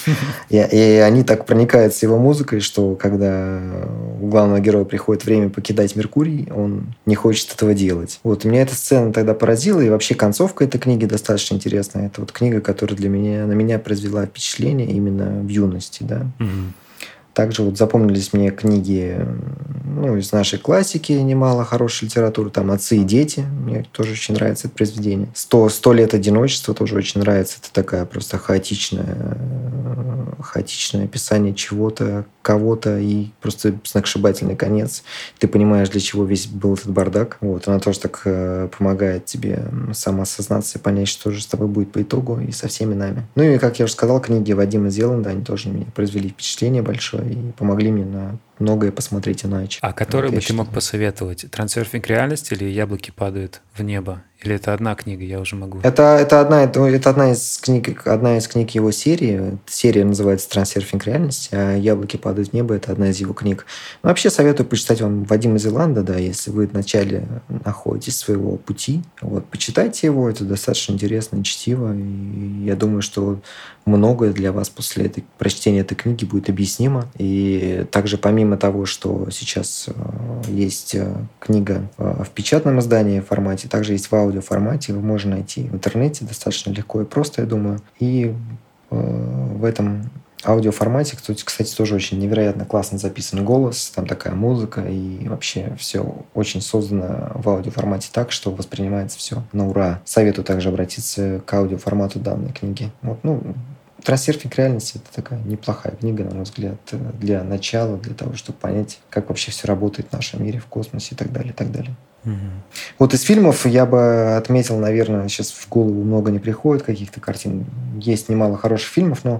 И они так проникаются его музыкой, что когда у главного героя приходит время покидать Меркурий, он не хочет этого делать. Вот. И меня эта сцена тогда поразила, и вообще концовка этой книги достаточно интересная. Это вот книга, которая для меня, на меня произвела впечатление именно в юности, да. Также вот запомнились мне книги, ну, из нашей классики немало хорошей литературы, там «Отцы и дети», мне тоже очень нравится это произведение. «Сто, сто лет одиночества» тоже очень нравится, это такая просто хаотичная, хаотичное описание чего-то, кого-то и просто сногсшибательный конец. Ты понимаешь, для чего весь был этот бардак. Вот, она тоже так помогает тебе самоосознаться и понять, что же с тобой будет по итогу и со всеми нами. Ну и, как я уже сказал, книги Вадима Зеланда, они тоже мне произвели впечатление большое и помогли мне на многое посмотреть иначе. А который бы ты мог посоветовать? «Трансерфинг реальности» или «Яблоки падают в небо»? Или это одна книга, я уже могу? Это, это, одна, это, это одна из книг, одна из книг его серии. Серия называется «Трансерфинг реальности», а «Яблоки падают в небо» — это одна из его книг. Но вообще советую почитать вам Вадима Зеланда, да, если вы в начале находитесь своего пути. Вот, почитайте его, это достаточно интересное чтиво. И я думаю, что многое для вас после этой, прочтения этой книги будет объяснимо. И также помимо того, что сейчас есть книга в печатном издании формате, также есть в аудиоформате, его можно найти в интернете достаточно легко и просто, я думаю. И в этом аудиоформате, кстати, тоже очень невероятно классно записан голос, там такая музыка, и вообще все очень создано в аудиоформате так, что воспринимается все на ура. Советую также обратиться к аудиоформату данной книги. Вот, ну, «Трансерфинг реальности» — это такая неплохая книга, на мой взгляд, для начала, для того, чтобы понять, как вообще все работает в нашем мире, в космосе и так далее, и так далее. Mm-hmm. Вот из фильмов я бы отметил, наверное, сейчас в голову много не приходит каких-то картин. Есть немало хороших фильмов, но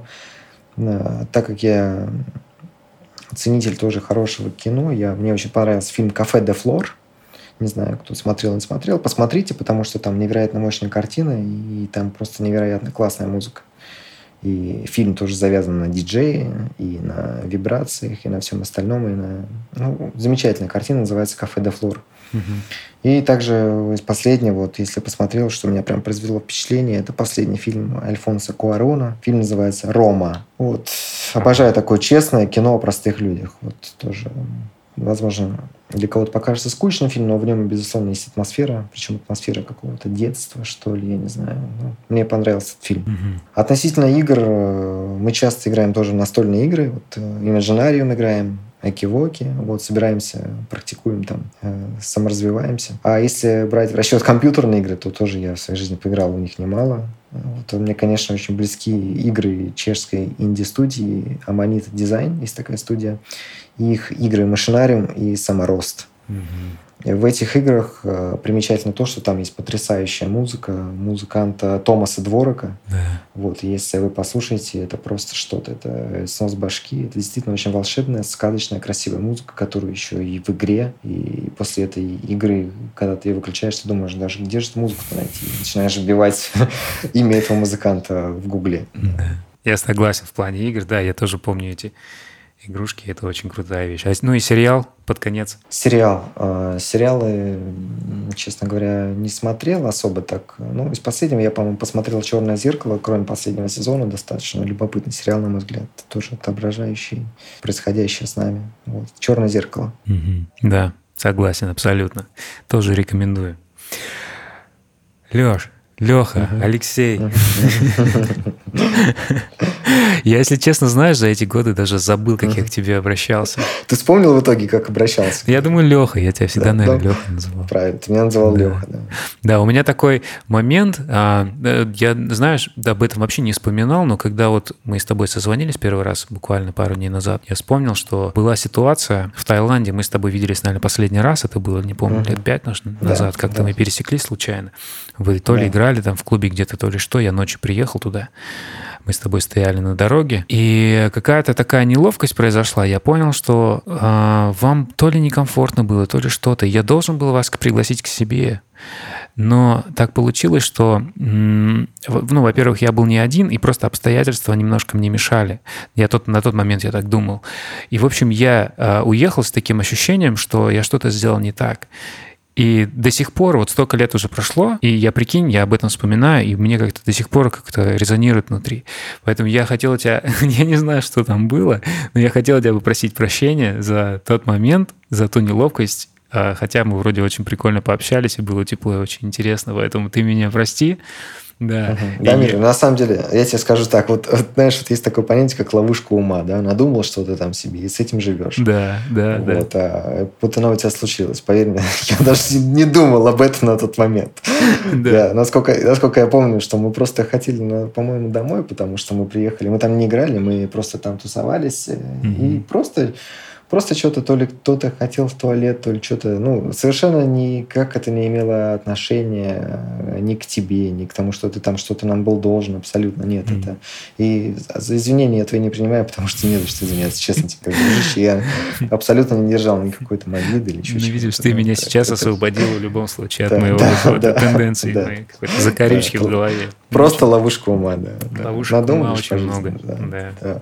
так как я ценитель тоже хорошего кино, я, мне очень понравился фильм «Кафе де Флор». Не знаю, кто смотрел, не смотрел. Посмотрите, потому что там невероятно мощная картина, и там просто невероятно классная музыка. И фильм тоже завязан на диджее, и на вибрациях, и на всем остальном. И на... ну, замечательная картина, называется «Кафе де Флор». Угу. И также из последнего, вот, если посмотрел, что меня прям произвело впечатление, это последний фильм Альфонсо Куарона. Фильм называется «Рома». Вот. Обожаю такое честное кино о простых людях. Вот тоже, возможно, для кого-то покажется скучный фильм, но в нем, безусловно, есть атмосфера, причем атмосфера какого-то детства, что ли, я не знаю. Ну, мне понравился этот фильм. Mm-hmm. Относительно игр, мы часто играем тоже в настольные игры. Вот Imaginarium играем, Эки-Воки, вот, собираемся, практикуем там, э, саморазвиваемся. А если брать в расчет компьютерные игры, то тоже я в своей жизни поиграл в них немало. Вот, мне, конечно, очень близки игры чешской инди-студии Amanita Design, есть такая студия, и их игры Machinarium и Саморост. Mm-hmm. В этих играх э, примечательно то, что там есть потрясающая музыка музыканта Томаса Дворака. Да. Вот, если вы послушаете, это просто что-то. Это снос башки. Это действительно очень волшебная, сказочная, красивая музыка, которую еще и в игре. И после этой игры, когда ты ее выключаешь, ты думаешь, даже где же эту музыку найти? И начинаешь вбивать имя этого музыканта в Гугле. Да. Я согласен в плане игр. Да, я тоже помню эти игрушки, это очень крутая вещь. Ну и сериал под конец. Сериал. Сериалы, честно говоря, не смотрел особо так. Ну, из последнего я, по-моему, посмотрел «Черное зеркало», кроме последнего сезона. Достаточно любопытный сериал, на мой взгляд. Тоже отображающий происходящее с нами. Вот. «Черное зеркало». Угу. Да, согласен, абсолютно. Тоже рекомендую. Лёш, Лёха, uh-huh. Алексей. Uh-huh. Я, если честно, знаешь, за эти годы даже забыл, как uh-huh. я к тебе обращался. Ты вспомнил в итоге, как обращался? Я думаю, Лёха. Я тебя всегда, да, наверное, да. Лёха называл. Правильно, ты меня называл да. Лёха. Да. да, у меня такой момент, а, я, знаешь, об этом вообще не вспоминал, но когда вот мы с тобой созвонились первый раз, буквально пару дней назад, я вспомнил, что была ситуация в Таиланде, мы с тобой виделись, наверное, последний раз, это было, не помню, uh-huh. лет пять назад, да, как-то да. мы пересеклись случайно. Вы то ли да. играли там в клубе где-то, то ли что, я ночью приехал туда, мы с тобой стояли на дороге, и какая-то такая неловкость произошла, я понял, что э, вам то ли некомфортно было, то ли что-то, я должен был вас пригласить к себе, но так получилось, что, ну, во-первых, я был не один, и просто обстоятельства немножко мне мешали, я тот, на тот момент я так думал, и, в общем, я э, уехал с таким ощущением, что я что-то сделал не так. И до сих пор, вот столько лет уже прошло, и я, прикинь, я об этом вспоминаю, и мне как-то до сих пор как-то резонирует внутри. Поэтому я хотел тебя, я не знаю, что там было, но я хотел тебя попросить прощения за тот момент, за ту неловкость, хотя мы вроде очень прикольно пообщались, и было тепло и очень интересно, поэтому ты меня прости. Да, угу. да, Миша, на самом деле, я тебе скажу так, вот, вот знаешь, вот есть такое понятие, как ловушка ума, да, надумал что-то там себе, и с этим живешь. Да, да, вот, да. А вот оно у тебя случилось, поверь мне, я даже не думал об этом на тот момент. Да. Да, насколько, насколько я помню, что мы просто хотели, ну, по-моему, домой, потому что мы приехали, мы там не играли, мы просто там тусовались, угу. и просто... Просто что-то, то ли кто-то хотел в туалет, то ли что-то... Ну, совершенно никак это не имело отношения ни к тебе, ни к тому, что ты там что-то нам был должен. Абсолютно нет. Mm-hmm. Это... И за извинения я твои не принимаю, потому что не за что извиняться. Честно тебе, как дружище, я абсолютно не держал никакой-то обиды или что-то. Ну, видишь, ты меня сейчас освободил в любом случае от моего тенденции, моей какой-то закорючки в голове. Просто ловушка ума, да. Ловушка ума очень много. Да.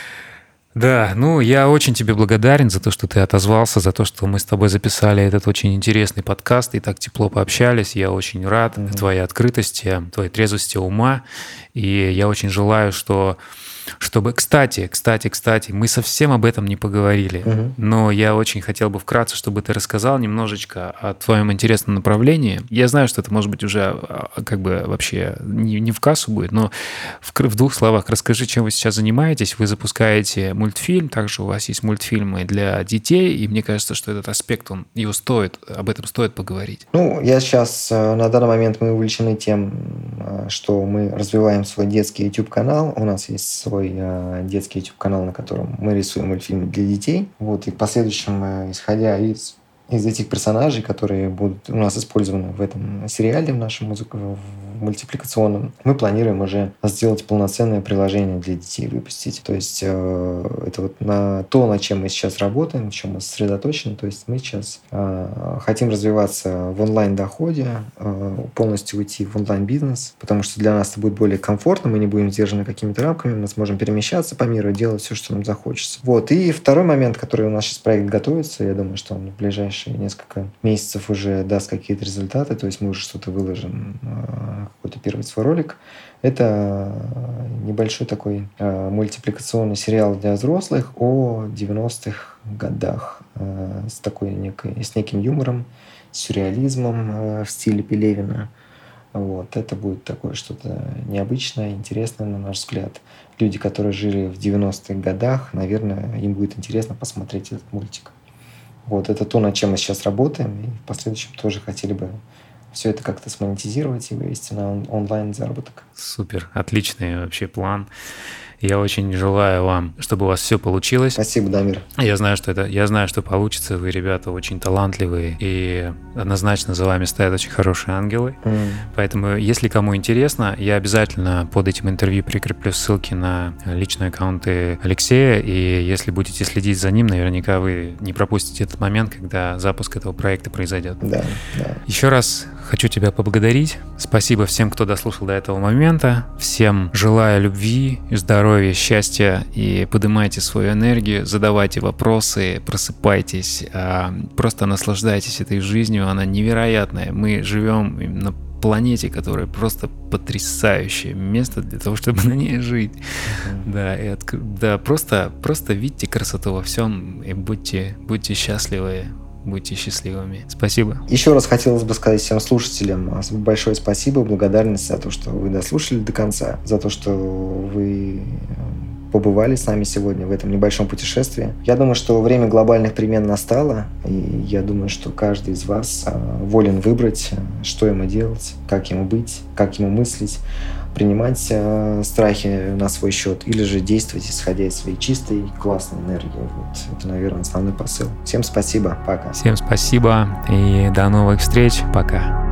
Да, ну я очень тебе благодарен за то, что ты отозвался, за то, что мы с тобой записали этот очень интересный подкаст и так тепло пообщались. Я очень рад mm-hmm. твоей открытости, твоей трезвости ума. И я очень желаю, что чтобы... Кстати, кстати, кстати, мы совсем об этом не поговорили, угу. но я очень хотел бы вкратце, чтобы ты рассказал немножечко о твоем интересном направлении. Я знаю, что это, может быть, уже как бы вообще не, не в кассу будет, но в, в двух словах расскажи, чем вы сейчас занимаетесь. Вы запускаете мультфильм, также у вас есть мультфильмы для детей, и мне кажется, что этот аспект, он, его стоит, об этом стоит поговорить. Ну, я сейчас, на данный момент мы увлечены тем, что мы развиваем свой детский YouTube-канал. У нас есть свой детский YouTube-канал, на котором мы рисуем мультфильмы для детей. Вот, и в последующем, исходя из из этих персонажей, которые будут у нас использованы в этом сериале, в нашем музыку, в мультипликационном, мы планируем уже сделать полноценное приложение для детей, выпустить. То есть э, это вот на то, над чем мы сейчас работаем, на чем мы сосредоточены. То есть мы сейчас э, хотим развиваться в онлайн-доходе, э, полностью уйти в онлайн-бизнес, потому что для нас это будет более комфортно, мы не будем сдержаны какими-то рамками, мы сможем перемещаться по миру и делать все, что нам захочется. Вот. И второй момент, который у нас сейчас проект готовится, я думаю, что он в ближайшее несколько месяцев уже даст какие-то результаты, то есть мы уже что-то выложим, какой-то первый свой ролик. Это небольшой такой мультипликационный сериал для взрослых о девяностых годах с такой некой, с неким юмором, сюрреализмом в стиле Пелевина. Вот. Это будет такое что-то необычное, интересное, на наш взгляд. Люди, которые жили в девяностых годах, наверное, им будет интересно посмотреть этот мультик. Вот, это то, над чем мы сейчас работаем, и в последующем тоже хотели бы все это как-то смонетизировать и вывести на он- онлайн-заработок. Супер, отличный вообще план. Я очень желаю вам, чтобы у вас все получилось. Спасибо, Дамир. Я знаю, что это, я знаю, что получится. Вы, ребята, очень талантливые, и однозначно за вами стоят очень хорошие ангелы. Mm. Поэтому, если кому интересно, я обязательно под этим интервью прикреплю ссылки на личные аккаунты Алексея, и если будете следить за ним, наверняка вы не пропустите этот момент, когда запуск этого проекта произойдет. Да, да. Еще раз хочу тебя поблагодарить. Спасибо всем, кто дослушал до этого момента. Всем желаю любви и здоровья, счастья, и поднимайте свою энергию, задавайте вопросы, просыпайтесь, просто наслаждайтесь этой жизнью, она невероятная. Мы живем на планете, которая просто потрясающее место для того, чтобы на ней жить. Mm-hmm. Да, и от, да, просто, просто видите красоту во всем и будьте, будьте счастливы. Будьте счастливыми. Спасибо. Еще раз хотелось бы сказать всем слушателям большое спасибо, благодарность за то, что вы дослушали до конца, за то, что вы побывали с нами сегодня в этом небольшом путешествии. Я думаю, что время глобальных перемен настало, и я думаю, что каждый из вас волен выбрать, что ему делать, как ему быть, как ему мыслить, принимать э, страхи на свой счет или же действовать, исходя из своей чистой, классной энергии. Вот. Это, наверное, основной посыл. Всем спасибо. Пока. Всем спасибо и до новых встреч. Пока.